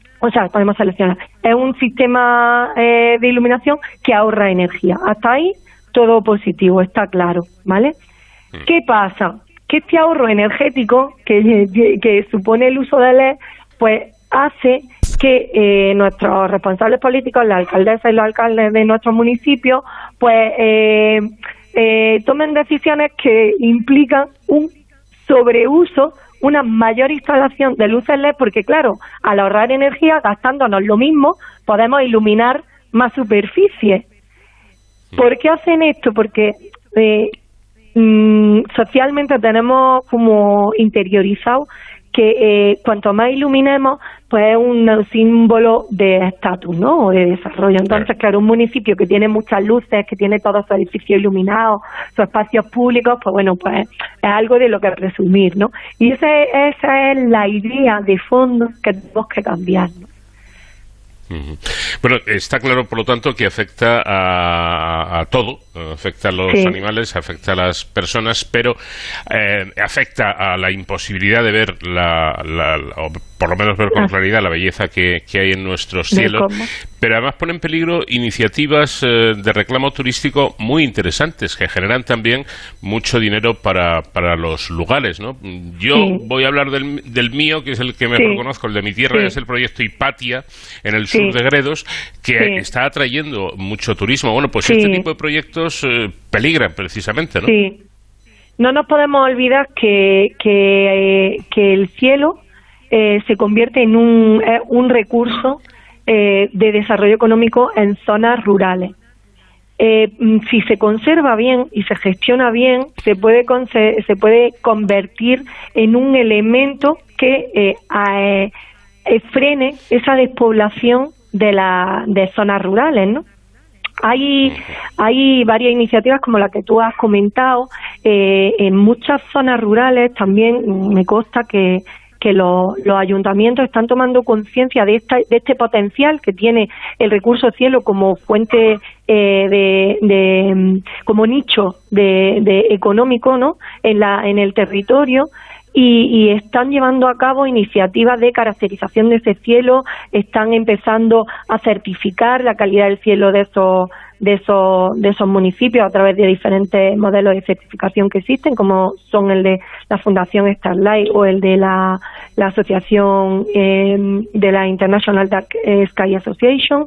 Es un sistema de iluminación que ahorra energía. Hasta ahí todo positivo, está claro, ¿vale? ¿Qué pasa? Que este ahorro energético que supone el uso de LED, pues hace que nuestros responsables políticos, las alcaldesas y los alcaldes de nuestros municipios, pues tomen decisiones que implican un sobreuso, una mayor instalación de luces LED, porque claro, al ahorrar energía, gastándonos lo mismo, podemos iluminar más superficie. ¿Por qué hacen esto? Porque socialmente tenemos como interiorizado que cuanto más iluminemos, pues es un símbolo de estatus, ¿no? O de desarrollo. Entonces, claro, un municipio que tiene muchas luces, que tiene todos sus edificios iluminados, sus espacios públicos, pues bueno, pues es algo de lo que presumir, ¿no? Y esa es la idea de fondo que tenemos que cambiar, ¿no? Bueno, está claro, por lo tanto, que afecta a todo, afecta a los animales, afecta a las personas, pero afecta a la imposibilidad de ver o por lo menos ver con claridad la belleza que hay en nuestros cielos, pero además pone en peligro iniciativas de reclamo turístico muy interesantes, que generan también mucho dinero para los lugares, ¿no? Yo voy a hablar del mío, que es el que mejor conozco, el de mi tierra, que es el proyecto Hipatia, en el sur de Gredos, que está atrayendo mucho turismo. Bueno, pues este tipo de proyectos peligran precisamente, ¿no? Sí. No nos podemos olvidar que el cielo se convierte en un recurso de desarrollo económico en zonas rurales. Si se conserva bien y se gestiona bien, se puede convertir en un elemento que frene esa despoblación de zonas rurales, ¿no? Hay varias iniciativas como la que tú has comentado. En muchas zonas rurales también me consta que los ayuntamientos están tomando conciencia de este potencial que tiene el recurso cielo como fuente como nicho de económico, ¿no? en el territorio, y están llevando a cabo iniciativas de caracterización de ese cielo, están empezando a certificar la calidad del cielo de esos municipios a través de diferentes modelos de certificación que existen, como son el de la Fundación Starlight o el de la asociación de la International Dark Sky Association.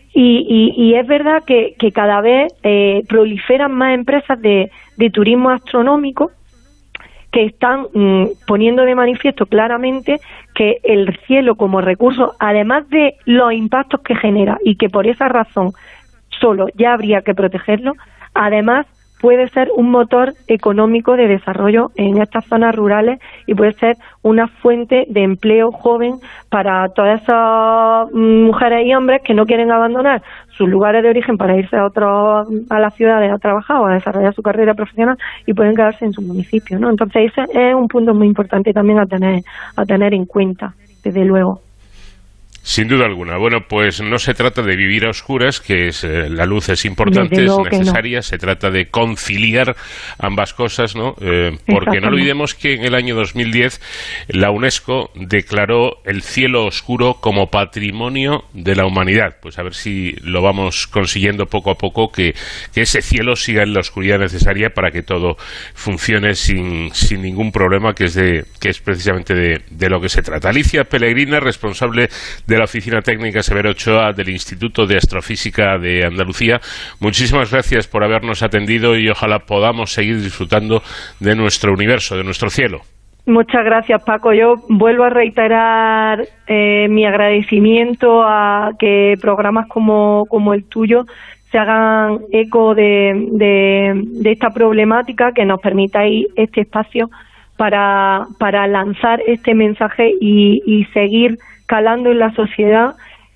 Y es verdad que cada vez proliferan más empresas de turismo astronómico que están poniendo de manifiesto claramente que el cielo como recurso, además de los impactos que genera y que por esa razón solo ya habría que protegerlo, además puede ser un motor económico de desarrollo en estas zonas rurales y puede ser una fuente de empleo joven para todas esas mujeres y hombres que no quieren abandonar sus lugares de origen para irse a las ciudades a trabajar o a desarrollar su carrera profesional y pueden quedarse en su municipio, ¿no? Entonces ese es un punto muy importante también a tener en cuenta, desde luego. Sin duda alguna. Bueno, pues no se trata de vivir a oscuras, que es la luz es importante, es necesaria, se trata de conciliar ambas cosas, ¿no? Porque no olvidemos que en el año 2010 la UNESCO declaró el cielo oscuro como patrimonio de la humanidad. Pues a ver si lo vamos consiguiendo poco a poco, que ese cielo siga en la oscuridad necesaria para que todo funcione sin ningún problema, que es precisamente de lo que se trata. Alicia Pellegrina, responsable de la Oficina Técnica Severo Ochoa del Instituto de Astrofísica de Andalucía. Muchísimas gracias por habernos atendido y ojalá podamos seguir disfrutando de nuestro universo, de nuestro cielo. Muchas gracias, Paco. Yo vuelvo a reiterar mi agradecimiento a que programas como el tuyo se hagan eco de esta problemática, que nos permitáis este espacio para lanzar este mensaje y seguir calando en la sociedad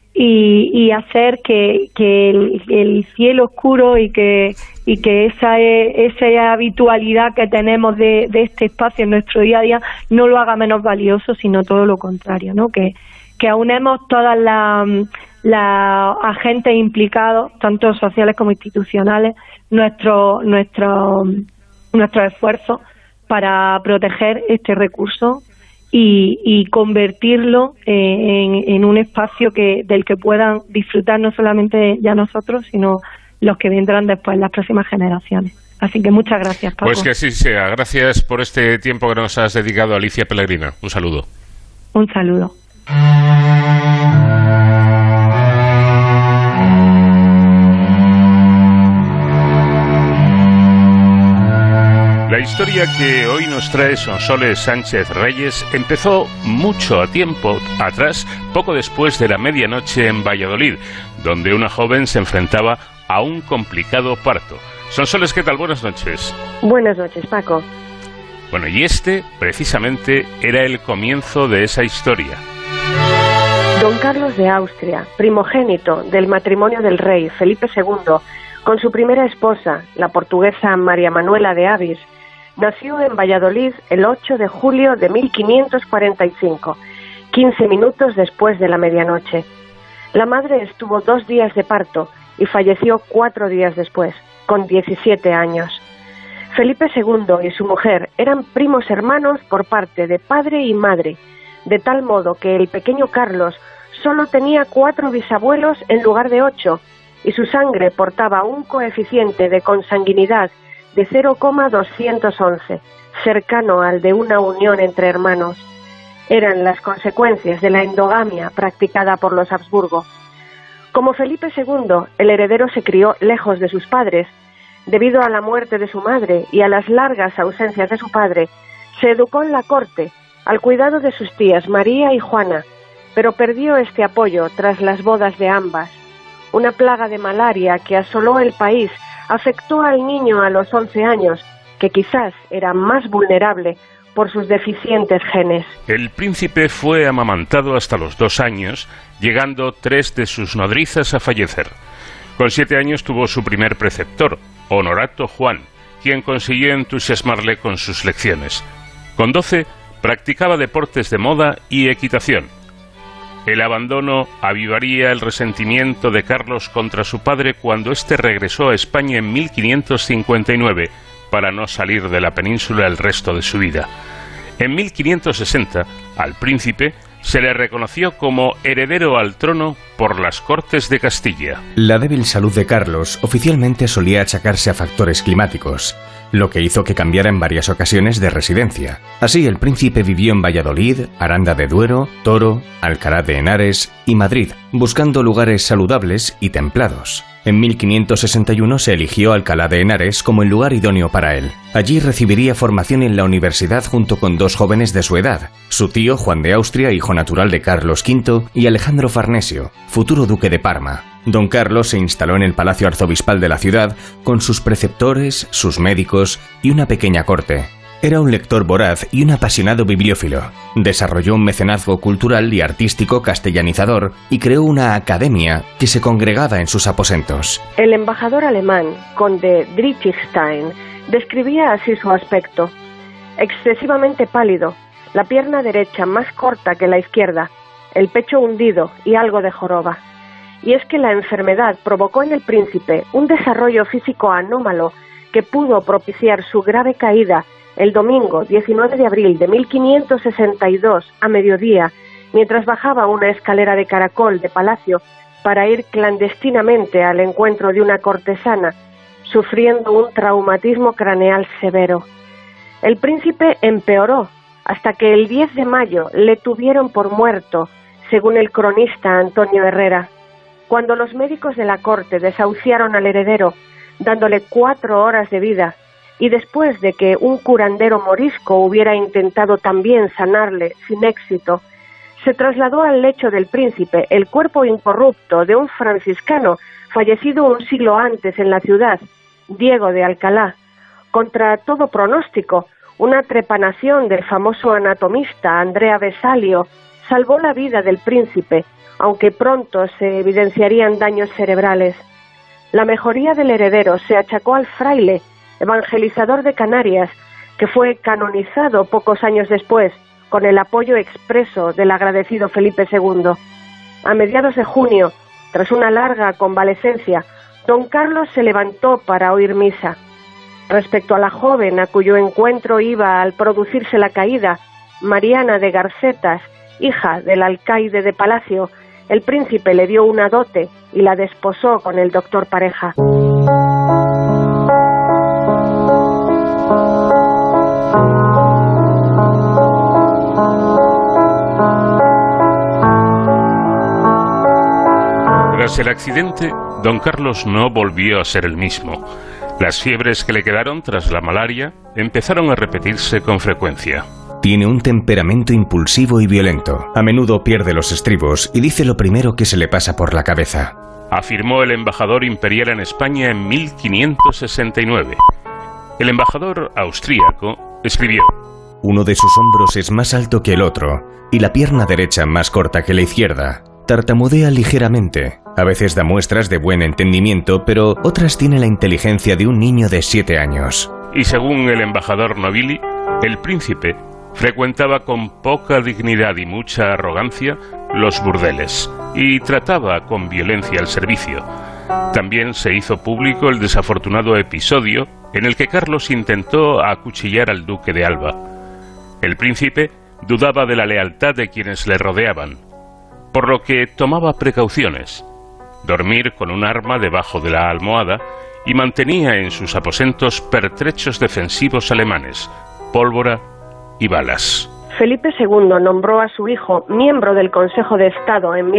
y hacer que el cielo oscuro y que esa habitualidad que tenemos de este espacio en nuestro día a día no lo haga menos valioso, sino todo lo contrario, ¿no? Que aunemos todas las agentes implicados, tanto sociales como institucionales, nuestros esfuerzos para proteger este recurso y convertirlo en un espacio del que puedan disfrutar no solamente ya nosotros, sino los que vendrán después, las próximas generaciones. Así que muchas gracias, Paco. Pues que así sea. Gracias por este tiempo que nos has dedicado, Alicia Pellegrina. Un saludo. Un saludo. La historia que hoy nos trae Sonsoles Sánchez Reyes empezó mucho tiempo atrás, poco después de la medianoche en Valladolid, donde una joven se enfrentaba a un complicado parto. Sonsoles, ¿qué tal? Buenas noches. Buenas noches, Paco. Bueno, y precisamente, era el comienzo de esa historia. Don Carlos de Austria, primogénito del matrimonio del rey Felipe II, con su primera esposa, la portuguesa María Manuela de Avis, nació en Valladolid el 8 de julio de 1545, 15 minutos después de la medianoche. La madre estuvo 2 días de parto y falleció 4 días después, con 17 años. Felipe II y su mujer eran primos hermanos por parte de padre y madre, de tal modo que el pequeño Carlos solo tenía 4 bisabuelos en lugar de 8, y su sangre portaba un coeficiente de consanguinidad de 0,211, cercano al de una unión entre hermanos. Eran las consecuencias de la endogamia practicada por los Habsburgo. Como Felipe II, el heredero se crió lejos de sus padres. Debido a la muerte de su madre y a las largas ausencias de su padre, se educó en la corte, al cuidado de sus tías María y Juana, pero perdió este apoyo tras las bodas de ambas. Una plaga de malaria que asoló el país afectó al niño a los 11 años, que quizás era más vulnerable por sus deficientes genes. El príncipe fue amamantado hasta los 2 años, llegando 3 de sus nodrizas a fallecer. Con 7 años tuvo su primer preceptor, Honorato Juan, quien consiguió entusiasmarle con sus lecciones. Con 12 practicaba deportes de moda y equitación. El abandono avivaría el resentimiento de Carlos contra su padre cuando éste regresó a España en 1559 para no salir de la península el resto de su vida. En 1560, al príncipe se le reconoció como heredero al trono por las Cortes de Castilla. La débil salud de Carlos oficialmente solía achacarse a factores climáticos, lo que hizo que cambiara en varias ocasiones de residencia. Así, el príncipe vivió en Valladolid, Aranda de Duero, Toro, Alcalá de Henares y Madrid, buscando lugares saludables y templados. En 1561 se eligió Alcalá de Henares como el lugar idóneo para él. Allí recibiría formación en la universidad junto con dos jóvenes de su edad, su tío Juan de Austria, hijo natural de Carlos V, y Alejandro Farnesio, futuro duque de Parma. Don Carlos se instaló en el palacio arzobispal de la ciudad con sus preceptores, sus médicos y una pequeña corte. Era un lector voraz y un apasionado bibliófilo. Desarrolló un mecenazgo cultural y artístico castellanizador y creó una academia que se congregaba en sus aposentos. El embajador alemán, conde Dietrichstein, describía así su aspecto: excesivamente pálido, la pierna derecha más corta que la izquierda, el pecho hundido y algo de joroba. Y es que la enfermedad provocó en el príncipe un desarrollo físico anómalo que pudo propiciar su grave caída el domingo 19 de abril de 1562 a mediodía, mientras bajaba una escalera de caracol de palacio para ir clandestinamente al encuentro de una cortesana, sufriendo un traumatismo craneal severo. El príncipe empeoró hasta que el 10 de mayo le tuvieron por muerto, según el cronista Antonio Herrera. Cuando los médicos de la corte desahuciaron al heredero, dándole 4 horas de vida, y después de que un curandero morisco hubiera intentado también sanarle sin éxito, se trasladó al lecho del príncipe el cuerpo incorrupto de un franciscano fallecido un siglo antes en la ciudad, Diego de Alcalá. Contra todo pronóstico, una trepanación del famoso anatomista Andrea Vesalio salvó la vida del príncipe, aunque pronto se evidenciarían daños cerebrales. La mejoría del heredero se achacó al fraile, evangelizador de Canarias, que fue canonizado pocos años después, con el apoyo expreso del agradecido Felipe II. A mediados de junio, tras una larga convalecencia, don Carlos se levantó para oír misa. Respecto a la joven a cuyo encuentro iba al producirse la caída, Mariana de Garcetas, hija del alcaide de Palacio, el príncipe le dio una dote y la desposó con el doctor Pareja. Tras el accidente, don Carlos no volvió a ser el mismo. Las fiebres que le quedaron tras la malaria empezaron a repetirse con frecuencia. Tiene un temperamento impulsivo y violento. A menudo pierde los estribos y dice lo primero que se le pasa por la cabeza, afirmó el embajador imperial en España en 1569. El embajador austríaco escribió: uno de sus hombros es más alto que el otro y la pierna derecha más corta que la izquierda. Tartamudea ligeramente. A veces da muestras de buen entendimiento, pero otras tiene la inteligencia de un niño de 7 años. Y según el embajador Nobili, el príncipe frecuentaba con poca dignidad y mucha arrogancia los burdeles y trataba con violencia al servicio. También se hizo público el desafortunado episodio en el que Carlos intentó acuchillar al duque de Alba. El príncipe dudaba de la lealtad de quienes le rodeaban, por lo que tomaba precauciones: dormir con un arma debajo de la almohada, y mantenía en sus aposentos pertrechos defensivos alemanes, pólvora y balas. Felipe II nombró a su hijo miembro del Consejo de Estado en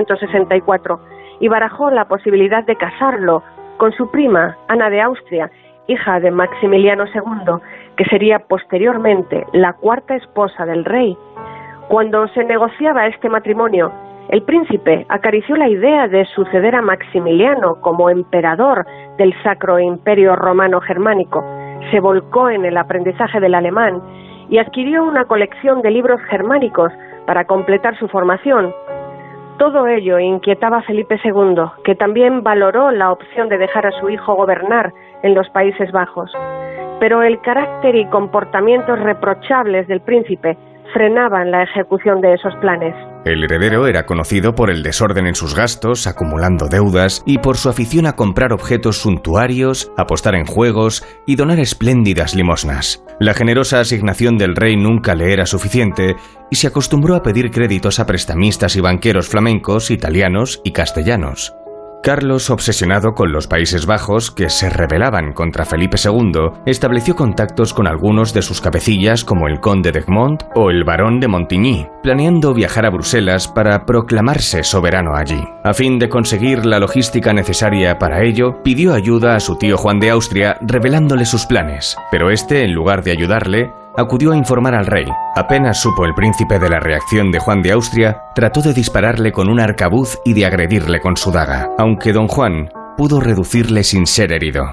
1564 y barajó la posibilidad de casarlo con su prima, Ana de Austria, hija de Maximiliano II, que sería posteriormente la 4ª esposa del rey. Cuando se negociaba este matrimonio, el príncipe acarició la idea de suceder a Maximiliano como emperador del Sacro Imperio Romano Germánico, se volcó en el aprendizaje del alemán y adquirió una colección de libros germánicos para completar su formación. Todo ello inquietaba a Felipe II, que también valoró la opción de dejar a su hijo gobernar en los Países Bajos. Pero el carácter y comportamientos reprochables del príncipe frenaban la ejecución de esos planes. El heredero era conocido por el desorden en sus gastos, acumulando deudas, y por su afición a comprar objetos suntuarios, apostar en juegos y donar espléndidas limosnas. La generosa asignación del rey nunca le era suficiente y se acostumbró a pedir créditos a prestamistas y banqueros flamencos, italianos y castellanos. Carlos, obsesionado con los Países Bajos, que se rebelaban contra Felipe II, estableció contactos con algunos de sus cabecillas como el conde de Egmont o el barón de Montigny, planeando viajar a Bruselas para proclamarse soberano allí. A fin de conseguir la logística necesaria para ello, pidió ayuda a su tío Juan de Austria, revelándole sus planes, pero este, en lugar de ayudarle, acudió a informar al rey. Apenas supo el príncipe de la reacción de Juan de Austria, trató de dispararle con un arcabuz y de agredirle con su daga, aunque don Juan pudo reducirle sin ser herido.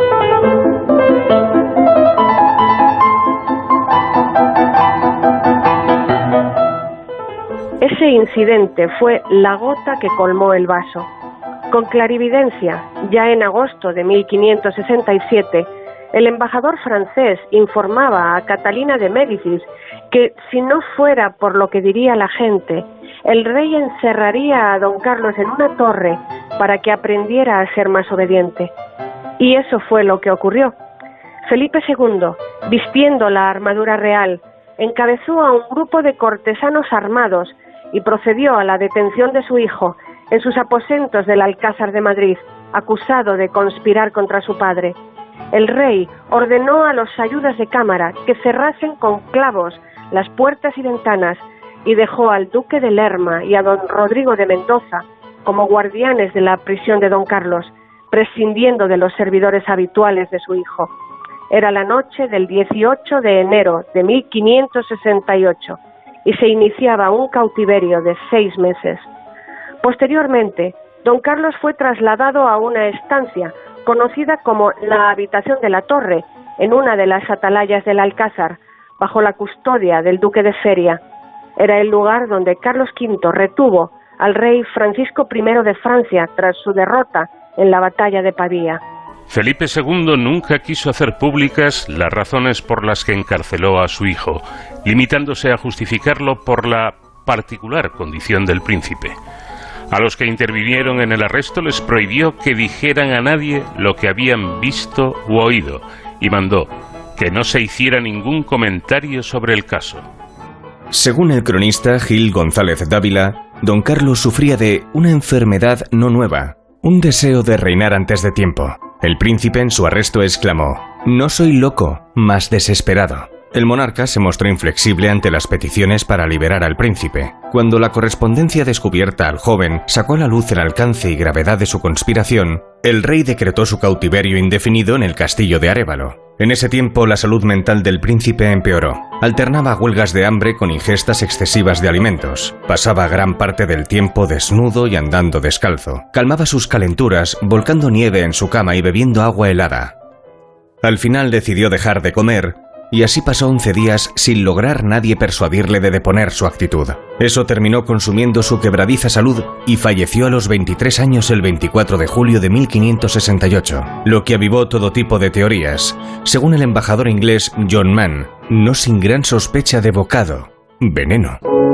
Ese incidente fue la gota que colmó el vaso. Con clarividencia, ya en agosto de 1567, el embajador francés informaba a Catalina de Médicis que, si no fuera por lo que diría la gente, el rey encerraría a don Carlos en una torre para que aprendiera a ser más obediente. Y eso fue lo que ocurrió. Felipe II, vistiendo la armadura real, encabezó a un grupo de cortesanos armados y procedió a la detención de su hijo en sus aposentos del Alcázar de Madrid, acusado de conspirar contra su padre. El rey ordenó a los ayudas de cámara que cerrasen con clavos las puertas y ventanas y dejó al duque de Lerma y a don Rodrigo de Mendoza como guardianes de la prisión de don Carlos, prescindiendo de los servidores habituales de su hijo. Era la noche del 18 de enero de 1568 y se iniciaba un cautiverio de 6 meses. Posteriormente, don Carlos fue trasladado a una estancia conocida como la habitación de la Torre, en una de las atalayas del Alcázar, bajo la custodia del duque de Feria. Era el lugar donde Carlos V retuvo al rey Francisco I de Francia tras su derrota en la batalla de Pavía. Felipe II nunca quiso hacer públicas las razones por las que encarceló a su hijo, limitándose a justificarlo por la particular condición del príncipe. A los que intervinieron en el arresto les prohibió que dijeran a nadie lo que habían visto u oído y mandó que no se hiciera ningún comentario sobre el caso. Según el cronista Gil González Dávila, don Carlos sufría de una enfermedad no nueva, un deseo de reinar antes de tiempo. El príncipe en su arresto exclamó: «No soy loco, mas desesperado». El monarca se mostró inflexible ante las peticiones para liberar al príncipe. Cuando la correspondencia descubierta al joven sacó a la luz el alcance y gravedad de su conspiración, el rey decretó su cautiverio indefinido en el castillo de Arévalo. En ese tiempo la salud mental del príncipe empeoró. Alternaba huelgas de hambre con ingestas excesivas de alimentos. Pasaba gran parte del tiempo desnudo y andando descalzo. Calmaba sus calenturas volcando nieve en su cama y bebiendo agua helada. Al final decidió dejar de comer, y así pasó 11 días sin lograr nadie persuadirle de deponer su actitud. Eso terminó consumiendo su quebradiza salud y falleció a los 23 años el 24 de julio de 1568, lo que avivó todo tipo de teorías. Según el embajador inglés John Mann, no sin gran sospecha de bocado, veneno.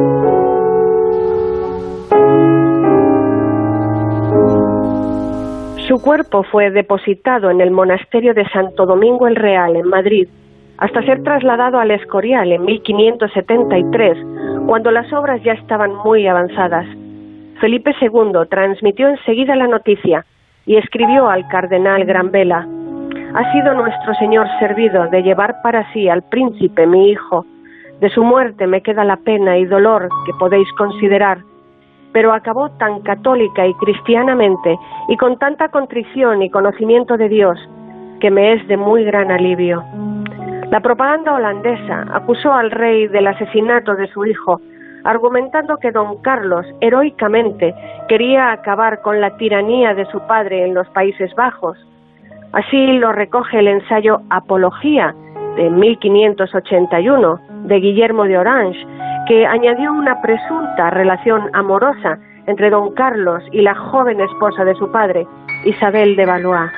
Su cuerpo fue depositado en el monasterio de Santo Domingo el Real, en Madrid, hasta ser trasladado al Escorial en 1573, cuando las obras ya estaban muy avanzadas. Felipe II transmitió enseguida la noticia y escribió al cardenal Granvela: «Ha sido nuestro Señor servido de llevar para sí al príncipe mi hijo. De su muerte me queda la pena y dolor que podéis considerar, pero acabó tan católica y cristianamente y con tanta contrición y conocimiento de Dios que me es de muy gran alivio». La propaganda holandesa acusó al rey del asesinato de su hijo, argumentando que don Carlos heroicamente quería acabar con la tiranía de su padre en los Países Bajos. Así lo recoge el ensayo Apología de 1581 de Guillermo de Orange, que añadió una presunta relación amorosa entre don Carlos y la joven esposa de su padre, Isabel de Valois.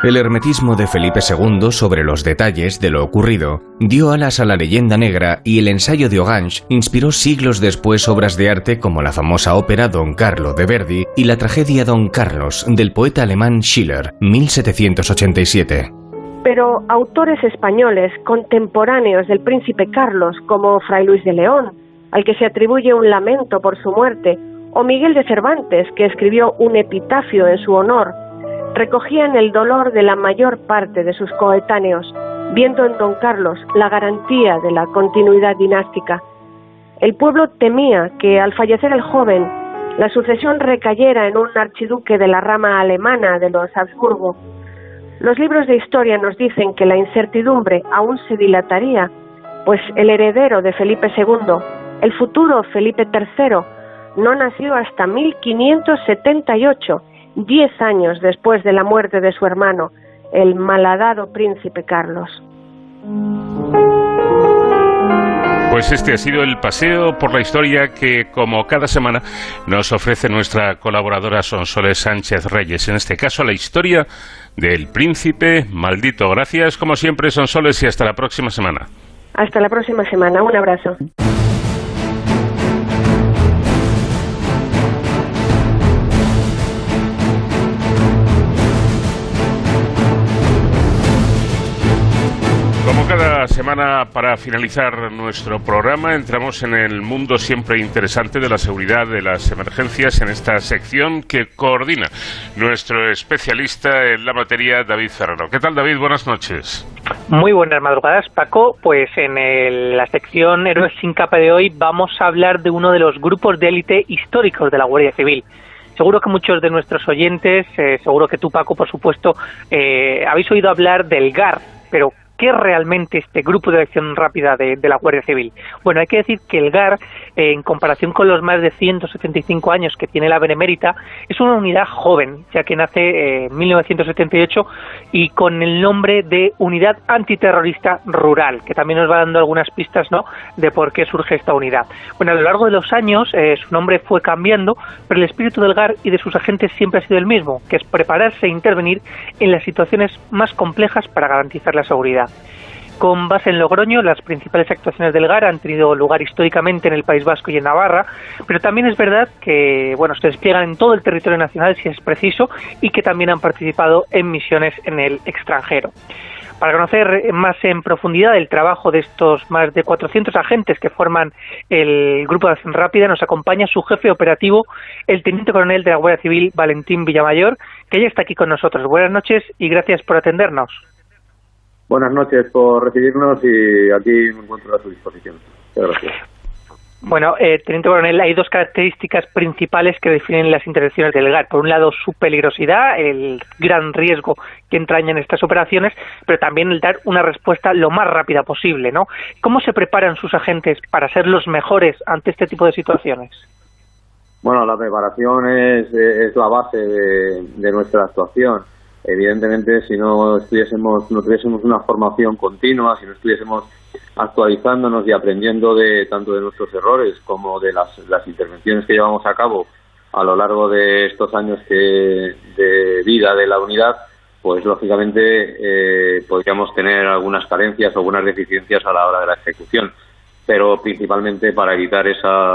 El hermetismo de Felipe II sobre los detalles de lo ocurrido dio alas a la leyenda negra y el ensayo de Ogange inspiró siglos después obras de arte como la famosa ópera Don Carlo de Verdi y la tragedia Don Carlos del poeta alemán Schiller, 1787. Pero autores españoles contemporáneos del príncipe Carlos, como Fray Luis de León, al que se atribuye un lamento por su muerte, o Miguel de Cervantes, que escribió un epitafio en su honor, recogían el dolor de la mayor parte de sus coetáneos, viendo en Don Carlos la garantía de la continuidad dinástica. El pueblo temía que, al fallecer el joven, la sucesión recayera en un archiduque de la rama alemana de los Habsburgo. Los libros de historia nos dicen que la incertidumbre aún se dilataría, pues el heredero de Felipe II, el futuro Felipe III, no nació hasta 1578, 10 años después de la muerte de su hermano, el malhadado príncipe Carlos. Pues este ha sido el paseo por la historia que, como cada semana, nos ofrece nuestra colaboradora Sonsoles Sánchez Reyes. En este caso, la historia del príncipe maldito. Gracias, como siempre, Sonsoles, y hasta la próxima semana. Hasta la próxima semana. Un abrazo. Como cada semana, para finalizar nuestro programa, entramos en el mundo siempre interesante de la seguridad de las emergencias, en esta sección que coordina nuestro especialista en la materia, David Ferrero. ¿Qué tal, David? Buenas noches. Muy buenas madrugadas, Paco. Pues en la sección Héroes sin capa de hoy vamos a hablar de uno de los grupos de élite históricos de la Guardia Civil. Seguro que muchos de nuestros oyentes, seguro que tú, Paco, por supuesto, habéis oído hablar del GAR, pero ¿qué es realmente este grupo de acción rápida de la Guardia Civil? Bueno, hay que decir que el GAR, en comparación con los más de 175 años que tiene la Benemérita, es una unidad joven, ya que nace en 1978 y con el nombre de Unidad Antiterrorista Rural, que también nos va dando algunas pistas, ¿no?, de por qué surge esta unidad. Bueno, a lo largo de los años su nombre fue cambiando, pero el espíritu del GAR y de sus agentes siempre ha sido el mismo, que es prepararse e intervenir en las situaciones más complejas para garantizar la seguridad. Con base en Logroño, las principales actuaciones del GAR han tenido lugar históricamente en el País Vasco y en Navarra, pero también es verdad que, bueno, se despliegan en todo el territorio nacional si es preciso y que también han participado en misiones en el extranjero. Para conocer más en profundidad el trabajo de estos más de 400 agentes que forman el Grupo de Acción Rápida, nos acompaña su jefe operativo, el Teniente Coronel de la Guardia Civil, Valentín Villamayor, que ya está aquí con nosotros. Buenas noches y gracias por atendernos. Buenas noches por recibirnos y aquí me encuentro a su disposición. Muchas gracias. Bueno, Teniente Coronel, hay dos características principales que definen las intervenciones del GAR. Por un lado, su peligrosidad, el gran riesgo que entrañan estas operaciones, pero también el dar una respuesta lo más rápida posible, ¿no? ¿Cómo se preparan sus agentes para ser los mejores ante este tipo de situaciones? Bueno, la preparación es la base de nuestra actuación. Evidentemente, si no tuviésemos una formación continua, si no estuviésemos actualizándonos y aprendiendo tanto de nuestros errores como de las intervenciones que llevamos a cabo a lo largo de estos años de vida de la unidad, pues lógicamente podríamos tener algunas carencias o algunas deficiencias a la hora de la ejecución, pero principalmente para evitar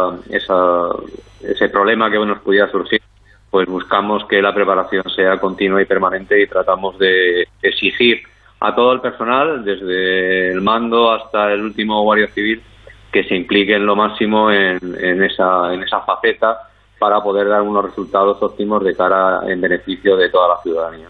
ese problema que nos pudiera surgir, pues buscamos que la preparación sea continua y permanente y tratamos de exigir a todo el personal, desde el mando hasta el último guardia civil, que se implique en lo máximo en esa faceta para poder dar unos resultados óptimos de cara en beneficio de toda la ciudadanía.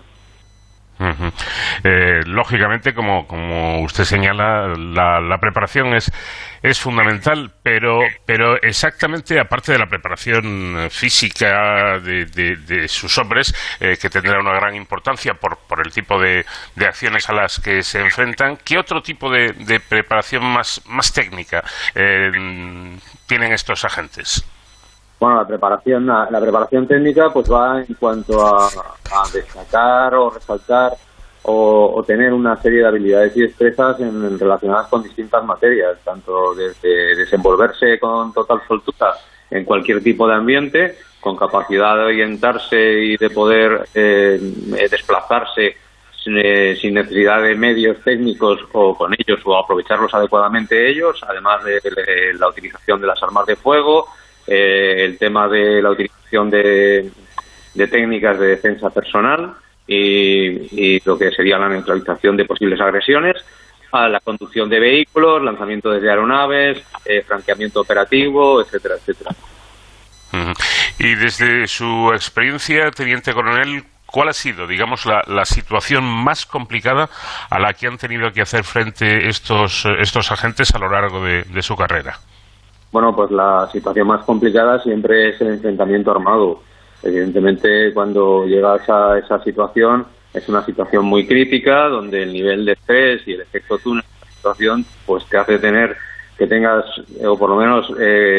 Lógicamente, como usted señala, la preparación es fundamental, pero exactamente, aparte de la preparación física de sus hombres, que tendrá una gran importancia por el tipo de acciones a las que se enfrentan, ¿qué otro tipo de preparación más técnica tienen estos agentes? Bueno, la preparación técnica pues va en cuanto a destacar o resaltar o tener una serie de habilidades y destrezas relacionadas con distintas materias, tanto desde desenvolverse con total soltura en cualquier tipo de ambiente, con capacidad de orientarse y de poder desplazarse sin necesidad de medios técnicos o con ellos o aprovecharlos adecuadamente ellos, además de la utilización de las armas de fuego, el tema de la utilización de técnicas de defensa personal y lo que sería la neutralización de posibles agresiones, a la conducción de vehículos, lanzamiento desde aeronaves, franqueamiento operativo, etcétera, etcétera. Y desde su experiencia, teniente coronel, ¿cuál ha sido, digamos, la situación más complicada a la que han tenido que hacer frente estos agentes a lo largo de su carrera? Bueno, pues la situación más complicada siempre es el enfrentamiento armado. Evidentemente, cuando llegas a esa situación, es una situación muy crítica, donde el nivel de estrés y el efecto túnel de la situación, pues te hace tener que tengas, o por lo menos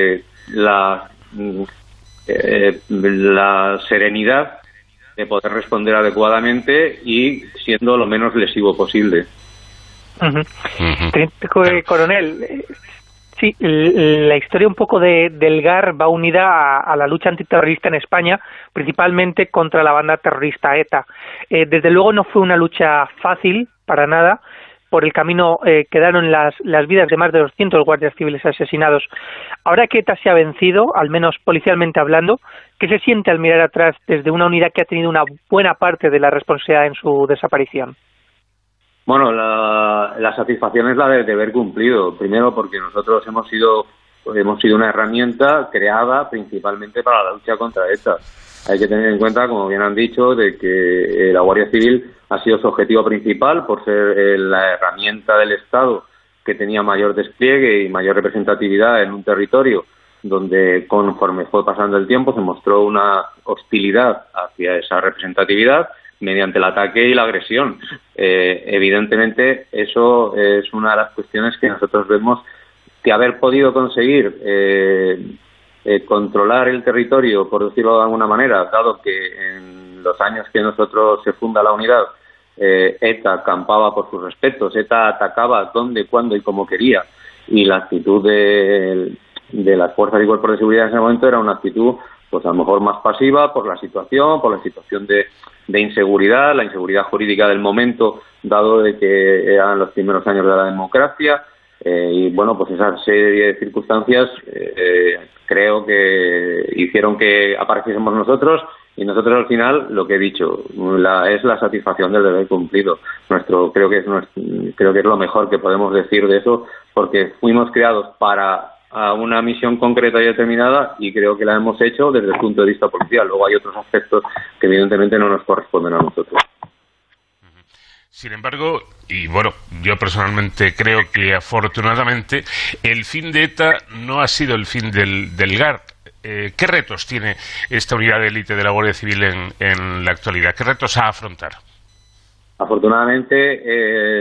la serenidad de poder responder adecuadamente y siendo lo menos lesivo posible. Coronel, sí, la historia un poco del GAR va unida a la lucha antiterrorista en España, principalmente contra la banda terrorista ETA. Desde luego no fue una lucha fácil, para nada. Por el camino quedaron las vidas de más de 200 guardias civiles asesinados. Ahora que ETA se ha vencido, al menos policialmente hablando, ¿qué se siente al mirar atrás desde una unidad que ha tenido una buena parte de la responsabilidad en su desaparición? Bueno, la satisfacción es la de haber cumplido. Primero porque nosotros hemos sido una herramienta creada principalmente para la lucha contra ETA. Hay que tener en cuenta, como bien han dicho, de que la Guardia Civil ha sido su objetivo principal por ser la herramienta del Estado que tenía mayor despliegue y mayor representatividad en un territorio donde, conforme fue pasando el tiempo, se mostró una hostilidad hacia esa representatividad mediante el ataque y la agresión. Evidentemente, eso es una de las cuestiones que nosotros vemos que haber podido conseguir controlar el territorio, por decirlo de alguna manera, dado que en los años que nosotros se funda la unidad, ETA campaba por sus respetos, ETA atacaba donde, cuándo y como quería, y la actitud de las fuerzas y cuerpos de seguridad en ese momento era una actitud, pues a lo mejor más pasiva por la situación de inseguridad, la inseguridad jurídica del momento, dado de que eran los primeros años de la democracia, y bueno, pues esa serie de circunstancias creo que hicieron que apareciésemos nosotros, y nosotros al final, lo que he dicho, es la satisfacción del deber cumplido. Creo que es lo mejor que podemos decir de eso, porque fuimos creados para una misión concreta y determinada, y creo que la hemos hecho desde el punto de vista policial. Luego hay otros aspectos que evidentemente no nos corresponden a nosotros. Sin embargo, y bueno, yo personalmente creo que afortunadamente el fin de ETA no ha sido el fin del GAR. ¿Qué retos tiene esta unidad de élite de la Guardia Civil en la actualidad? ¿Qué retos a afrontar? Afortunadamente,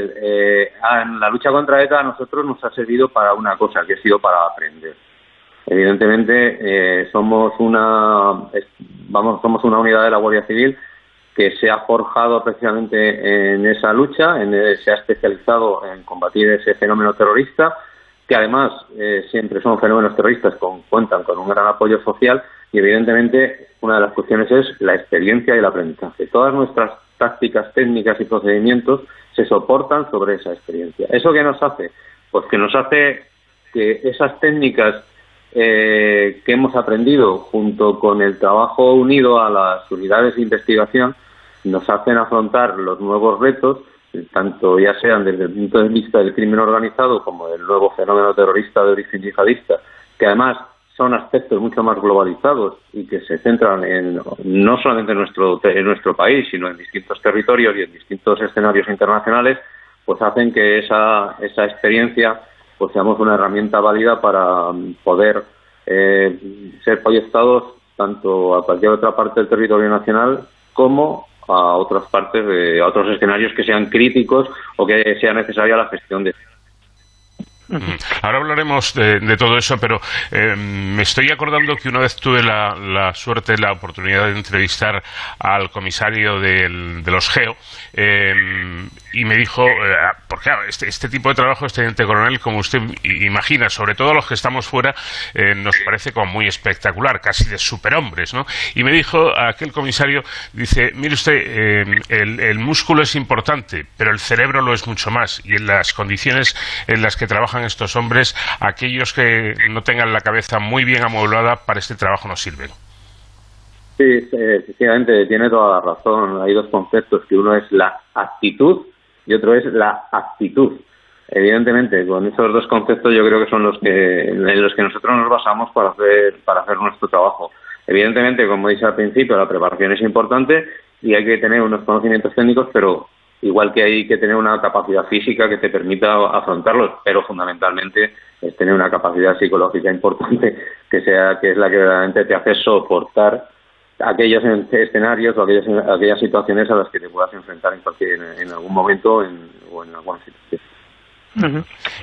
en la lucha contra ETA a nosotros nos ha servido para una cosa, que ha sido para aprender. Evidentemente, somos una unidad de la Guardia Civil que se ha forjado precisamente en esa lucha, se ha especializado en combatir ese fenómeno terrorista, que además siempre son fenómenos terroristas cuentan con un gran apoyo social, y evidentemente una de las cuestiones es la experiencia y el aprendizaje. Todas nuestras tácticas, técnicas y procedimientos se soportan sobre esa experiencia. ¿Eso qué nos hace? Pues que nos hace que esas técnicas que hemos aprendido junto con el trabajo unido a las unidades de investigación nos hacen afrontar los nuevos retos, tanto ya sean desde el punto de vista del crimen organizado como del nuevo fenómeno terrorista de origen yihadista, que además son aspectos mucho más globalizados y que se centran no solamente en nuestro país, sino en distintos territorios y en distintos escenarios internacionales, pues hacen que esa experiencia pues seamos una herramienta válida para poder ser proyectados tanto a cualquier otra parte del territorio nacional como a otras partes, a otros escenarios que sean críticos o que sea necesaria la gestión de. Ahora hablaremos de todo eso, pero me estoy acordando que una vez tuve la suerte, la oportunidad de entrevistar al comisario de los GEO, y me dijo, porque claro, este tipo de trabajo, teniente coronel, como usted imagina, sobre todo los que estamos fuera, nos parece como muy espectacular, casi de superhombres, ¿no? Y me dijo aquel comisario, dice, mire usted, el músculo es importante, pero el cerebro lo es mucho más, y en las condiciones en las que trabajan estos hombres, aquellos que no tengan la cabeza muy bien amueblada para este trabajo no sirven. Sí, efectivamente, tiene toda la razón. Hay dos conceptos, que uno es la actitud y otro es la aptitud. Evidentemente, con esos dos conceptos yo creo que son en los que nosotros nos basamos para hacer nuestro trabajo. Evidentemente, como dije al principio, la preparación es importante y hay que tener unos conocimientos técnicos, pero igual que hay que tener una capacidad física que te permita afrontarlos, pero fundamentalmente es tener una capacidad psicológica importante que es la que verdaderamente te hace soportar aquellos escenarios o aquellas situaciones a las que te puedas enfrentar en algún momento o en alguna situación.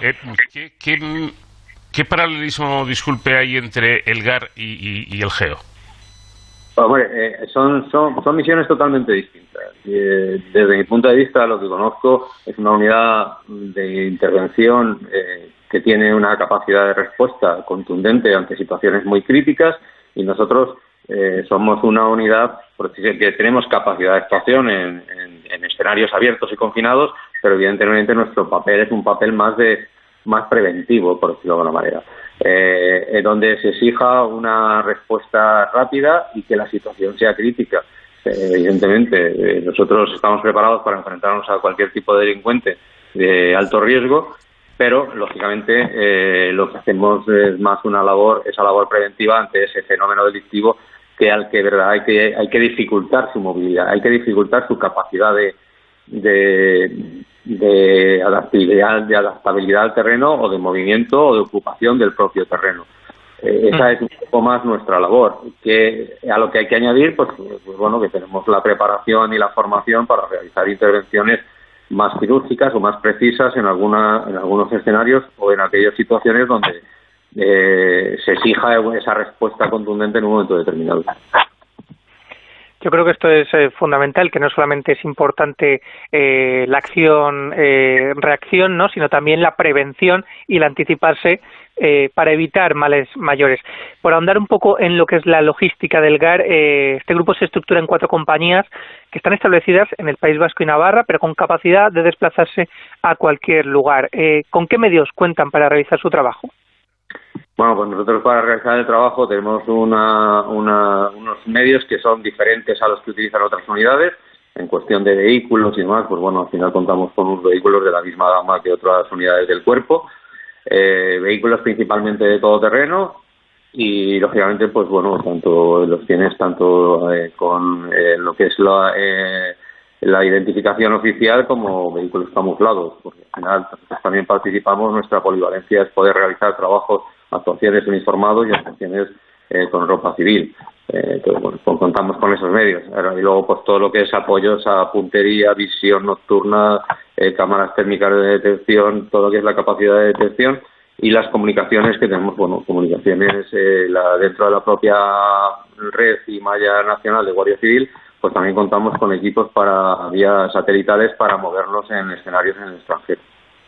¿Qué paralelismo, disculpe, hay entre el GAR y el GEO? Hombre, son misiones totalmente distintas. Desde mi punto de vista, lo que conozco es una unidad de intervención que tiene una capacidad de respuesta contundente ante situaciones muy críticas, y nosotros somos una unidad que tenemos capacidad de actuación en escenarios abiertos y confinados, pero evidentemente nuestro papel es un papel más preventivo, por decirlo de alguna manera, donde se exija una respuesta rápida y que la situación sea crítica. Evidentemente, nosotros estamos preparados para enfrentarnos a cualquier tipo de delincuente de alto riesgo, pero lógicamente lo que hacemos es más esa labor preventiva ante ese fenómeno delictivo al que verdad hay que dificultar su movilidad, hay que dificultar su capacidad de adaptabilidad al terreno, o de movimiento o de ocupación del propio terreno. Esa es un poco más nuestra labor, que a lo que hay que añadir pues bueno, que tenemos la preparación y la formación para realizar intervenciones más quirúrgicas o más precisas en algunos escenarios o en aquellas situaciones donde se exija esa respuesta contundente en un momento determinado. Yo creo que esto es fundamental, que no solamente es importante la acción-reacción, ¿no?, sino también la prevención y el anticiparse para evitar males mayores. Por ahondar un poco en lo que es la logística del GAR, este grupo se estructura en 4 compañías que están establecidas en el País Vasco y Navarra, pero con capacidad de desplazarse a cualquier lugar. ¿Con qué medios cuentan para realizar su trabajo? Bueno, pues nosotros para realizar el trabajo tenemos unos medios que son diferentes a los que utilizan otras unidades. En cuestión de vehículos y demás, pues bueno, al final contamos con unos vehículos de la misma gama que otras unidades del cuerpo. Vehículos principalmente de todoterreno y, lógicamente, pues bueno, los tienes tanto con lo que es la identificación oficial como vehículos camuflados, porque al final nosotros también participamos. Nuestra polivalencia es poder realizar trabajos, actuaciones uniformados y actuaciones con ropa civil. Entonces, bueno, pues contamos con esos medios. Y luego, pues todo lo que es apoyos a puntería, visión nocturna, cámaras térmicas de detección, todo lo que es la capacidad de detección y las comunicaciones que tenemos, bueno, comunicaciones dentro de la propia red y malla nacional de Guardia Civil, pues también contamos con equipos para vías satelitales para movernos en escenarios en el extranjero.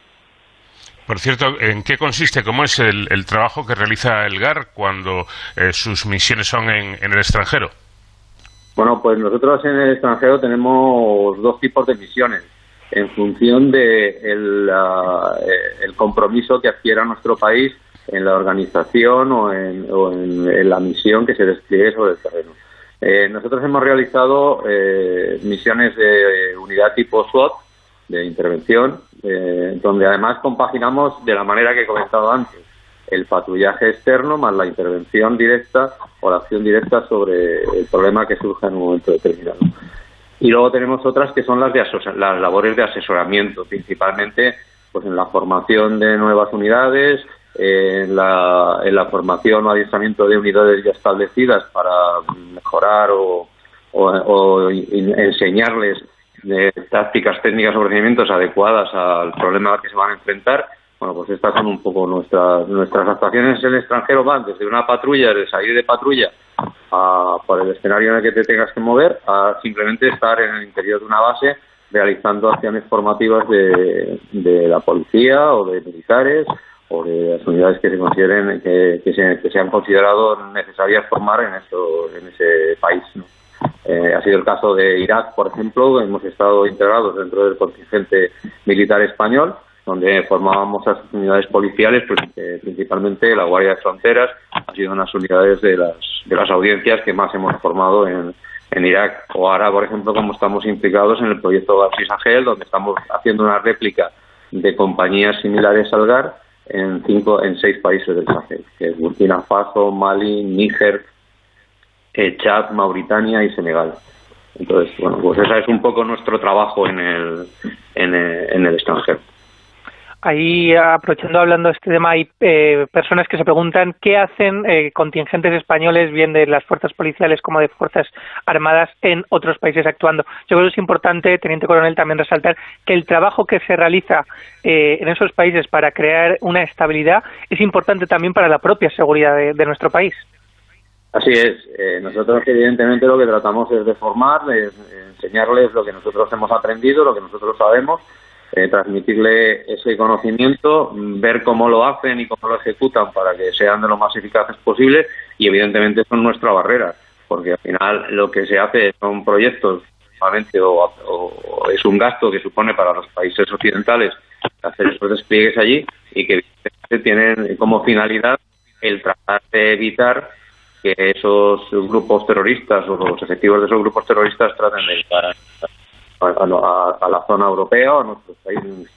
Por cierto, ¿en qué consiste, cómo es el trabajo que realiza el GAR cuando sus misiones son en el extranjero? Bueno, pues nosotros en el extranjero tenemos 2 tipos de misiones en función de el compromiso que adquiera nuestro país en la organización o en la misión que se despliegue sobre el terreno. Nosotros hemos realizado misiones de unidad tipo SWAT, de intervención, donde además compaginamos de la manera que he comentado antes, el patrullaje externo más la intervención directa o la acción directa sobre el problema que surja en un momento determinado. Y luego tenemos otras que son las labores de asesoramiento, principalmente pues en la formación de nuevas unidades, en la formación o adiestramiento de unidades ya establecidas para mejorar o enseñarles tácticas, técnicas o procedimientos adecuadas al problema al que se van a enfrentar, Bueno, pues estas son un poco nuestras actuaciones en el extranjero. Van desde una patrulla, de salir de patrulla por el escenario en el que te tengas que mover, a simplemente estar en el interior de una base realizando acciones formativas de la policía o de militares o de las unidades que se consideren que se han considerado necesarias formar en ese país, ¿no? Ha sido el caso de Irak, por ejemplo. Hemos estado integrados dentro del contingente militar español, donde formábamos a sus unidades policiales, pues, principalmente la Guardia de Fronteras. Ha sido unas unidades de las audiencias que más hemos formado en Irak. O ahora, por ejemplo, como estamos implicados en el proyecto García Sahel, donde estamos haciendo una réplica de compañías similares al GAR en 6 países del Sahel, que es Burkina Faso, Mali, Níger, Chad, Mauritania y Senegal. Entonces, bueno, pues ese es un poco nuestro trabajo en el extranjero. Ahí, aprovechando, hablando de este tema, hay personas que se preguntan qué hacen contingentes españoles, bien de las fuerzas policiales como de fuerzas armadas, en otros países actuando. Yo creo que es importante, Teniente Coronel, también resaltar que el trabajo que se realiza en esos países para crear una estabilidad es importante también para la propia seguridad de nuestro país. Así es. Nosotros, evidentemente, lo que tratamos es de formar, de enseñarles lo que nosotros hemos aprendido, lo que nosotros sabemos, transmitirle ese conocimiento, ver cómo lo hacen y cómo lo ejecutan para que sean de lo más eficaces posible, y evidentemente son nuestra barrera, porque al final lo que se hace son proyectos normalmente o es un gasto que supone para los países occidentales hacer esos despliegues allí, y que tienen como finalidad el tratar de evitar que esos grupos terroristas o los efectivos de esos grupos terroristas traten de llegar a la zona europea o a nuestros países.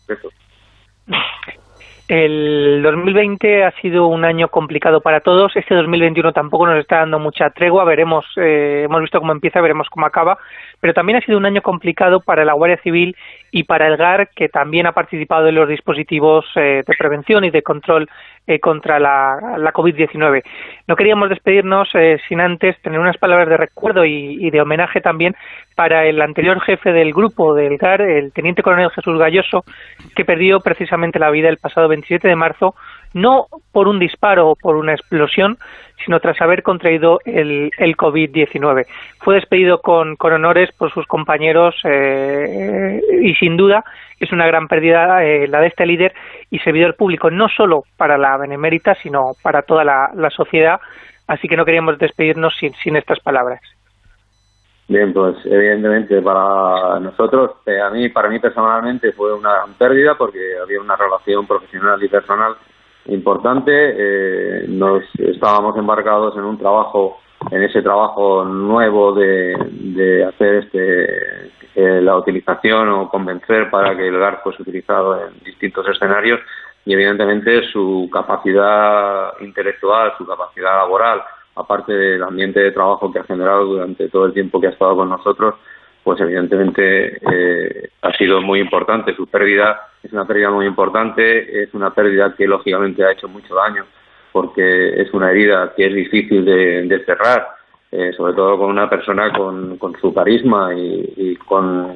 El 2020 ha sido un año complicado para todos. Este 2021 tampoco nos está dando mucha tregua. Veremos, hemos visto cómo empieza, veremos cómo acaba. Pero también ha sido un año complicado para la Guardia Civil y para el GAR, que también ha participado en los dispositivos de prevención y de control contra la COVID-19. No queríamos despedirnos sin antes tener unas palabras de recuerdo y de homenaje también para el anterior jefe del grupo del GAR, el Teniente Coronel Jesús Galloso, que perdió precisamente la vida el pasado 27 de marzo, no por un disparo o por una explosión, sino tras haber contraído el COVID-19. Fue despedido con honores por sus compañeros y sin duda es una gran pérdida la de este líder y servidor público, no solo para la Benemérita, sino para toda la sociedad. Así que no queríamos despedirnos sin estas palabras. Bien, pues evidentemente para nosotros, para mí personalmente fue una gran pérdida, porque había una relación profesional y personal importante. Nos estábamos embarcados en ese trabajo nuevo de hacer la utilización o convencer para que el GAR fuese utilizado en distintos escenarios, y evidentemente su capacidad intelectual, su capacidad laboral, aparte del ambiente de trabajo que ha generado durante todo el tiempo que ha estado con nosotros, pues evidentemente ha sido muy importante. Su pérdida es una pérdida muy importante, es una pérdida que lógicamente ha hecho mucho daño, porque es una herida que es difícil de cerrar, sobre todo con una persona con su carisma y con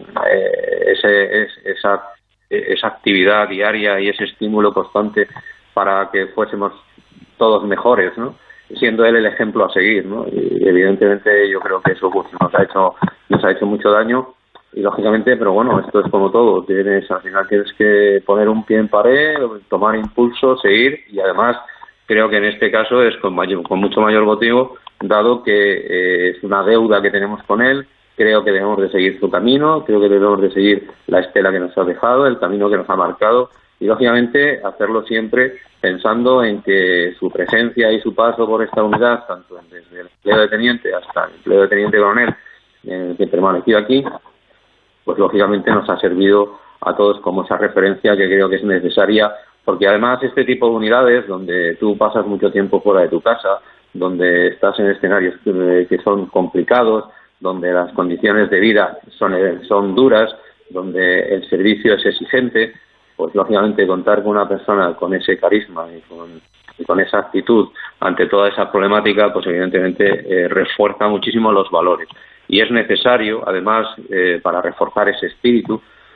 esa actividad diaria y ese estímulo constante para que fuésemos todos mejores, ¿no? Siendo él el ejemplo a seguir, ¿no? Y evidentemente yo creo que eso pues, nos ha hecho mucho daño, y lógicamente, pero bueno, esto es como todo, al final tienes que poner un pie en pared, tomar impulso, seguir, y además creo que en este caso es con mucho mayor motivo, dado que es una deuda que tenemos con él. Creo que debemos de seguir su camino, creo que debemos de seguir la estela que nos ha dejado, el camino que nos ha marcado, y lógicamente hacerlo siempre pensando en que su presencia y su paso por esta unidad, tanto desde el empleo de teniente hasta el empleo de teniente coronel, que permaneció aquí, pues lógicamente nos ha servido a todos como esa referencia que creo que es necesaria, porque además este tipo de unidades, donde tú pasas mucho tiempo fuera de tu casa, donde estás en escenarios que son complicados, donde las condiciones de vida son duras, donde el servicio es exigente, pues lógicamente contar con una persona con ese carisma y con esa actitud ante toda esa problemática, pues evidentemente refuerza muchísimo los valores. Y es necesario, además, para reforzar ese espíritu,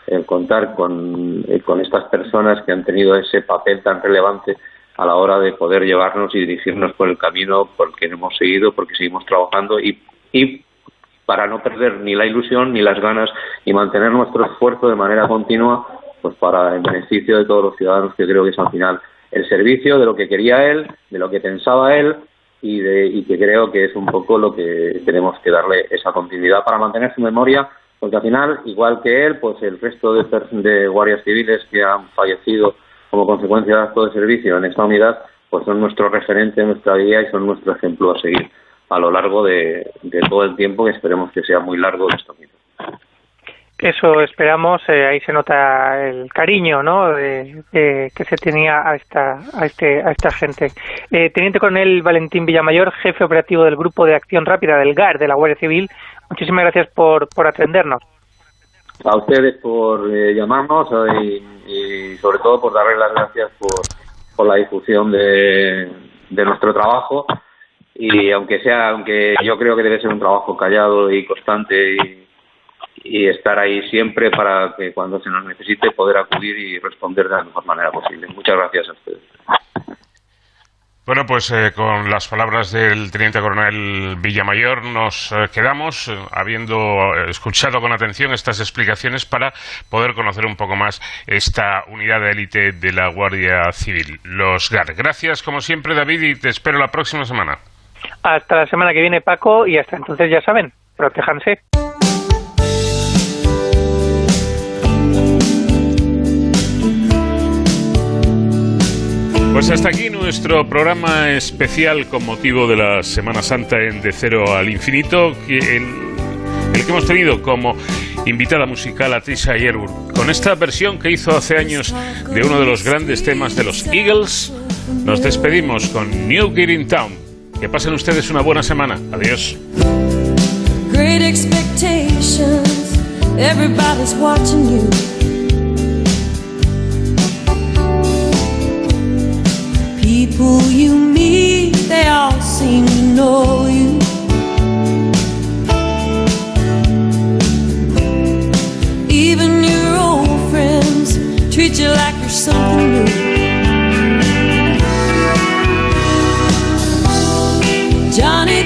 el contar con estas personas que han tenido ese papel tan relevante a la hora de poder llevarnos y dirigirnos por el camino por el que hemos seguido, porque seguimos trabajando y para no perder ni la ilusión ni las ganas y mantener nuestro esfuerzo de manera continua, pues para el beneficio de todos los ciudadanos, que creo que es al final el servicio de lo que quería él, de lo que pensaba él y que creo que es un poco lo que tenemos que darle esa continuidad para mantener su memoria, porque al final, igual que él, pues el resto de guardias civiles que han fallecido como consecuencia de acto de servicio en esta unidad, pues son nuestro referente, nuestra guía y son nuestro ejemplo a seguir a lo largo de todo el tiempo, que esperemos que sea muy largo de esto mismo. Eso esperamos, ahí se nota el cariño, ¿no?, que se tenía a esta gente. Teniente Coronel Valentín Villamayor, jefe operativo del Grupo de Acción Rápida del GAR de la Guardia Civil, muchísimas gracias por atendernos. A ustedes por llamarnos y sobre todo por darles las gracias por la difusión de nuestro trabajo, y aunque yo creo que debe ser un trabajo callado y constante y estar ahí siempre para que cuando se nos necesite poder acudir y responder de la mejor manera posible. Muchas gracias a ustedes. Bueno, pues con las palabras del Teniente Coronel Villamayor nos quedamos, habiendo escuchado con atención estas explicaciones para poder conocer un poco más esta unidad de élite de la Guardia Civil, los GAR. Gracias, como siempre, David, y te espero la próxima semana. Hasta la semana que viene, Paco, y hasta entonces, ya saben, protéjanse. Pues hasta aquí nuestro programa especial con motivo de la Semana Santa en De Cero al Infinito, el que hemos tenido como invitada musical a Trisha Yearwood. Con esta versión que hizo hace años de uno de los grandes temas de los Eagles, nos despedimos con New Kid in Town. Que pasen ustedes una buena semana. Adiós. Great expectations, everybody's watching you. People you meet, they all seem to know you. Even your old friends treat you like you're something new. Johnny